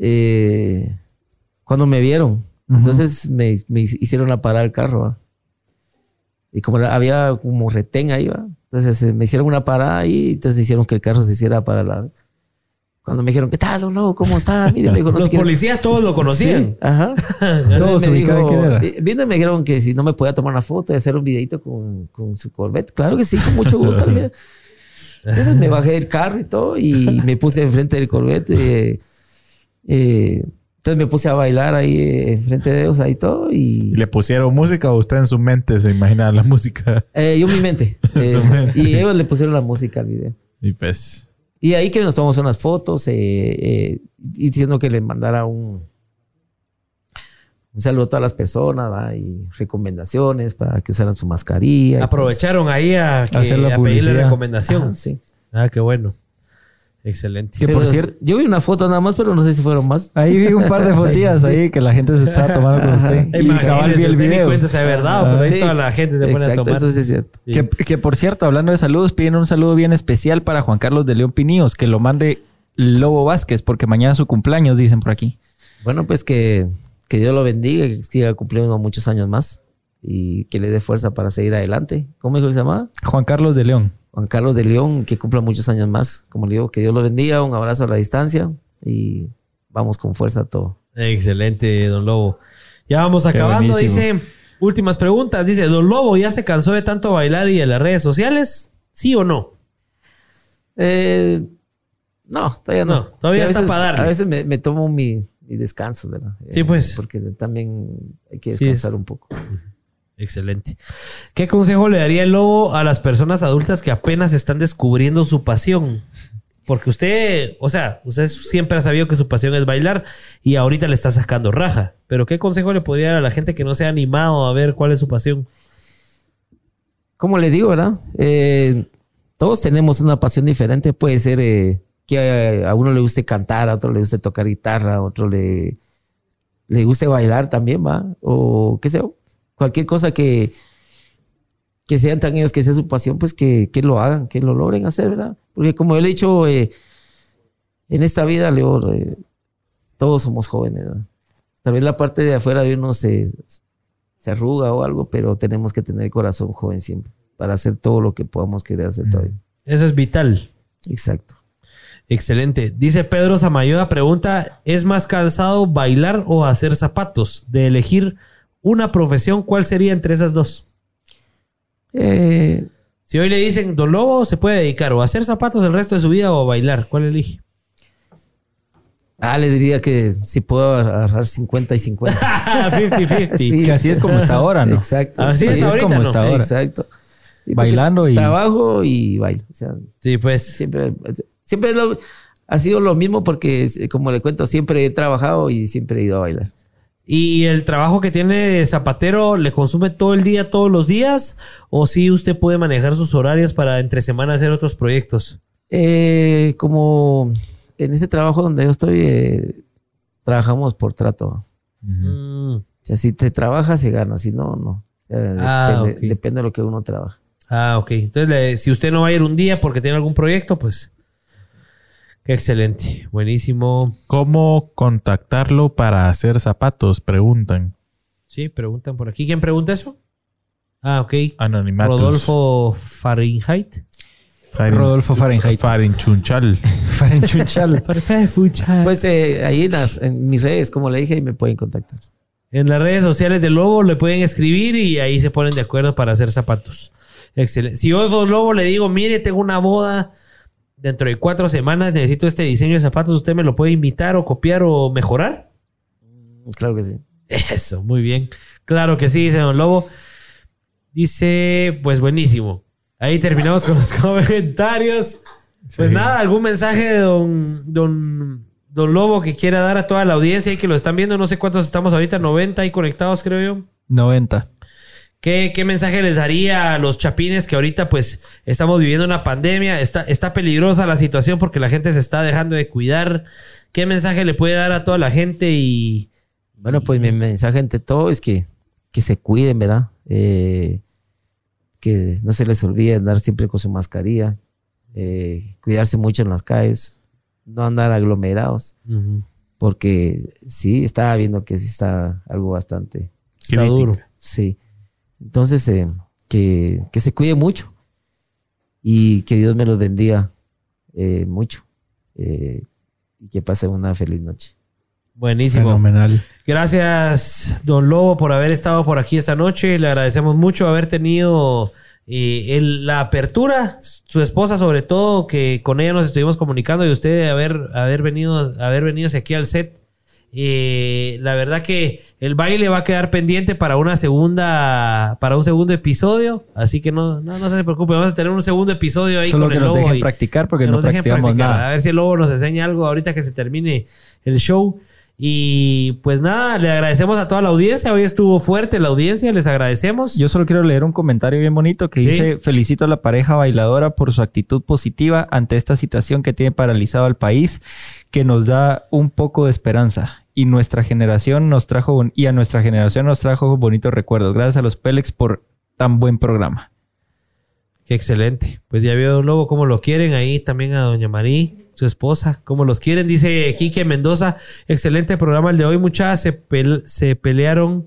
Cuando me vieron. Ujú. Entonces me hicieron a parar el carro. ¿va? Y como había como retén ahí, ¿va? Entonces me hicieron una parada ahí. Entonces hicieron que el carro se hiciera para la... Cuando me dijeron, ¿qué tal, loco? ¿Cómo está? Mire, me dijo, no sé Los qué. policías todos lo conocían. Sí, ajá. Todos me ubicaban quién era. Vino y me dijeron que si no me podía tomar una foto y hacer un videito con su Corvette. Claro que sí, con mucho gusto. le dije. Entonces me bajé del carro y todo y me puse enfrente del Corvette. Entonces me puse a bailar ahí enfrente de ellos ahí todo ¿Y y le pusieron música o usted en su mente se imagina la música? yo en mi mente. Su mente. Y ellos le pusieron la música al video. Y pues... Y ahí que nos tomamos unas fotos y diciendo que le mandara un saludo a todas las personas, ¿va? Y recomendaciones para que usaran su mascarilla. y Aprovecharon ahí a Hacer la pedirle publicidad. recomendación. todo. Ajá, sí. Ah, qué bueno. Excelente. Que por Pero cierto, yo vi una foto nada más, pero no sé si fueron más. ahí vi un par de fotillas ahí que la gente se estaba tomando con usted. Ajá. Y cabal vi el Usted ni video. cuenta si es verdad, pero ahí Sí. toda la gente se pone a Exacto, tomar. eso sí es cierto. Sí. Que por cierto, hablando de saludos, piden un saludo bien especial para Juan Carlos de León Piníos, que lo mande Lobo Vázquez, porque mañana es su cumpleaños, dicen por aquí. Bueno, pues que Dios lo bendiga, que siga cumpliendo muchos años más y que le dé fuerza para seguir adelante. ¿Cómo dijo que se llamaba? Juan Carlos de León. Juan Carlos de León, que cumpla muchos años más. Como le digo, que Dios lo bendiga, un abrazo a la distancia y vamos con fuerza a todo. Excelente, don Lobo. Ya vamos Qué acabando, buenísimo. dice. Últimas preguntas. Dice, ¿don Lobo ya se cansó de tanto bailar y de las redes sociales? ¿Sí o no? No, todavía no. No, todavía Que a está veces- para darle. A veces me tomo mi descanso, ¿verdad? Sí, pues. Porque también hay que Sí, descansar un poco. Excelente. ¿Qué consejo le daría el Lobo a las personas adultas que apenas están descubriendo su pasión? Porque usted, o sea, usted siempre ha sabido que su pasión es bailar y ahorita le está sacando raja. Pero ¿qué consejo le podría dar a la gente que no se ha animado a ver cuál es su pasión? Como le digo, ¿verdad? Todos tenemos una pasión diferente. Puede ser que a uno le guste cantar, a otro le guste tocar guitarra, a otro le guste bailar también, ¿va? O qué sé yo. Cualquier cosa que sean tan ellos que sea su pasión, pues que lo hagan, que lo logren hacer, ¿verdad? Porque como yo le he dicho, en esta vida, Leo, todos somos jóvenes, ¿verdad? Tal vez la parte de afuera de uno se arruga o algo, pero tenemos que tener el corazón joven siempre para hacer todo lo que podamos querer hacer todavía. Eso es vital. Exacto. Excelente. Dice Pedro Samayoa, pregunta, ¿es más cansado bailar o hacer zapatos? De elegir una profesión, ¿cuál sería entre esas dos? Si hoy le dicen, don Lobo se puede dedicar o a hacer zapatos el resto de su vida o a bailar, ¿cuál elige? Le diría que si puedo agarrar 50 y 50. 50-50. Sí. Que así es como está ahora, ¿no? Exacto. Así es Así es ahorita, como ¿no? está ahora. Exacto. Sí, porque Bailando y... trabajo y bailo. O sea, Sí, pues. siempre ha sido lo mismo porque, como le cuento, siempre he trabajado y siempre he ido a bailar. ¿Y el trabajo que tiene de zapatero le consume todo el día, todos los días? ¿O sí usted puede manejar sus horarios para entre semana hacer otros proyectos? Como en ese trabajo donde yo estoy, trabajamos por trato. Mm. O sea, si se trabaja, se gana. Si no, no. O sea, Ok. depende de lo que uno trabaja. Ok. Entonces, si usted no va a ir un día porque tiene algún proyecto, pues... Qué excelente. Buenísimo. ¿Cómo contactarlo para hacer zapatos? Preguntan. Sí, preguntan por aquí. ¿Quién pregunta eso? Ok. Anonimatos. Rodolfo Fahrenheit. Rodolfo Fahrenheit. Farinchunchal. Fahrenchunchal. Pues ahí en mis redes, como le dije, ahí me pueden contactar. En las redes sociales del Lobo le pueden escribir y ahí se ponen de acuerdo para hacer zapatos. Excelente. Si yo, don Lobo, le digo, mire, tengo una boda dentro de 4 semanas, necesito este diseño de zapatos, ¿usted me lo puede imitar o copiar o mejorar? Claro que sí. Eso, muy bien. Claro que sí, dice don Lobo. Dice, pues buenísimo. Ahí terminamos con los comentarios. Pues nada, algún mensaje de don Lobo que quiera dar a toda la audiencia y que lo están viendo. No sé cuántos estamos ahorita, 90 ahí conectados, creo yo. 90. ¿Qué mensaje les daría a los chapines que ahorita pues estamos viviendo una pandemia? Está peligrosa la situación porque la gente se está dejando de cuidar. ¿Qué mensaje le puede dar a toda la gente? Bueno, pues mi mensaje ante todo es que se cuiden, ¿verdad? Que no se les olvide andar siempre con su mascarilla. Cuidarse mucho en las calles. No andar aglomerados. Uh-huh. Porque sí, estaba viendo que sí está algo bastante... Está duro. Sí. Entonces, que se cuide mucho y que Dios me los bendiga mucho y que pasen una feliz noche. Buenísimo. Fenomenal. Gracias, don Lobo, por haber estado por aquí esta noche. Le agradecemos mucho haber tenido la apertura, su esposa sobre todo, que con ella nos estuvimos comunicando y usted haber venido hacia aquí al set. La verdad que el baile va a quedar pendiente para un segundo episodio, así que no se preocupe, vamos a tener un segundo episodio ahí. Solo con que el nos Lobo dejen practicar porque no practicamos nada. A ver si el Lobo nos enseña algo ahorita que se termine el show. Y pues nada, le agradecemos a toda la audiencia. Hoy estuvo fuerte la audiencia, les agradecemos. Yo solo quiero leer un comentario bien bonito que dice: felicito a la pareja bailadora por su actitud positiva ante esta situación que tiene paralizado al país, que nos da un poco de esperanza. Y a nuestra generación nos trajo bonitos recuerdos. Gracias a los Pélex por tan buen programa. Qué excelente. Pues ya vio don Lobo cómo lo quieren. Ahí también a doña Marí, su esposa, cómo los quieren. Dice Quique Mendoza: excelente programa el de hoy, muchachas. Se pelearon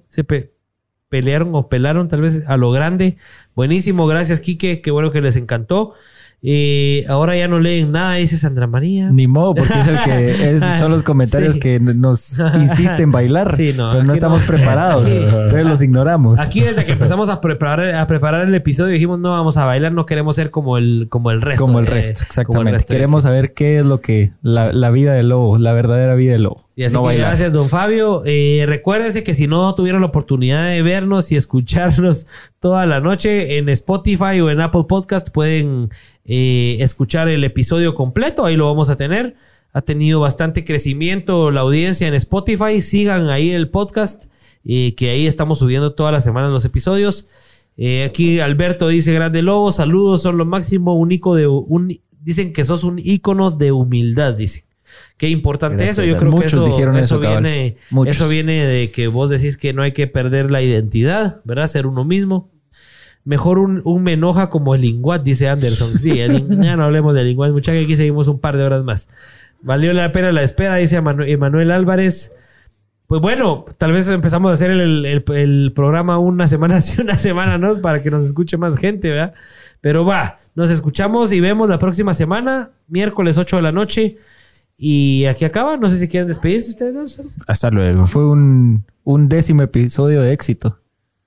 o pelaron tal vez a lo grande. Buenísimo, gracias Quique. Qué bueno que les encantó. Ahora ya no leen nada, dice Sandra María. Ni modo, porque son los comentarios que nos insisten bailar. Sí, no, pero no estamos preparados. Entonces los ignoramos. Aquí desde que empezamos a preparar el episodio dijimos: no vamos a bailar, no queremos ser como el resto. Como el resto, exactamente. Como el resto. Queremos saber qué es lo que la vida del lobo, la verdadera vida del lobo. Y así no que bailar. Gracias, don Fabio. Recuérdense que si no tuvieron la oportunidad de vernos y escucharnos toda la noche en Spotify o en Apple Podcast, pueden escuchar el episodio completo. Ahí lo vamos a tener. Ha tenido bastante crecimiento la audiencia en Spotify. Sigan ahí el podcast, que ahí estamos subiendo todas las semanas los episodios. Aquí Alberto dice: grande Lobo, saludos, son lo máximo. Dicen que sos un ícono de humildad, dicen. Qué importante. Gracias, eso. Yo creo muchos que dijeron eso viene de que vos decís que no hay que perder la identidad, ¿verdad? Ser uno mismo. Mejor un me enoja como el Linguat, dice Anderson. Sí, ya no hablemos de Linguat, muchachos. Aquí seguimos un par de horas más. Valió la pena la espera, dice Emanuel Álvarez. Pues bueno, tal vez empezamos a hacer el programa una semana sí, una semana no, para que nos escuche más gente, ¿verdad? Pero nos escuchamos y vemos la próxima semana, miércoles 8 de la noche. Y aquí acaba. No sé si quieren despedirse ustedes dos. Hasta luego. Fue un 10º episodio de éxito.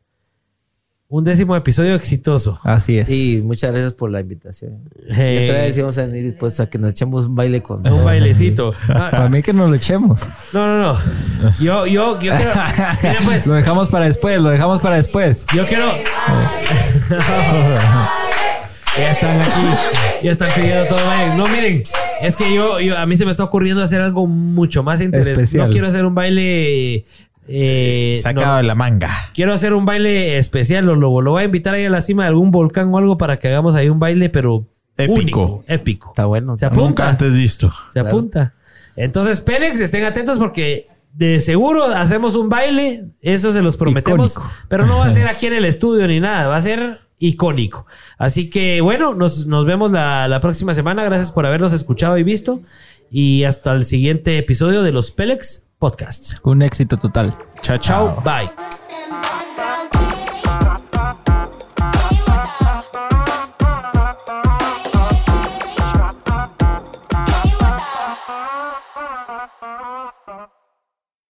Un 10º episodio exitoso. Así es. Y muchas gracias por la invitación. Y otra vez íbamos a venir dispuestos a que nos echemos un baile con... Un bailecito. Para mí que nos lo echemos. No. Yo quiero... Mira, pues. Lo dejamos para después. Yo quiero... Ya están aquí. Ya están pidiendo todo. No, miren. Es que a mí se me está ocurriendo hacer algo mucho más interesante. Especial. No quiero hacer un baile... sacado de la manga. Quiero hacer un baile especial. Lo voy a invitar ahí a la cima de algún volcán o algo para que hagamos ahí un baile, pero épico. Épico. Está bueno. Se apunta. Nunca antes visto. Se apunta. Entonces, Pélex, estén atentos porque de seguro hacemos un baile. Eso se los prometemos. Icónico. Pero no va a ser aquí en el estudio ni nada. Va a ser icónico. Así que, bueno, nos vemos la próxima semana. Gracias por habernos escuchado y visto. Y hasta el siguiente episodio de los Pélex Podcasts. Un éxito total. Chao. Bye.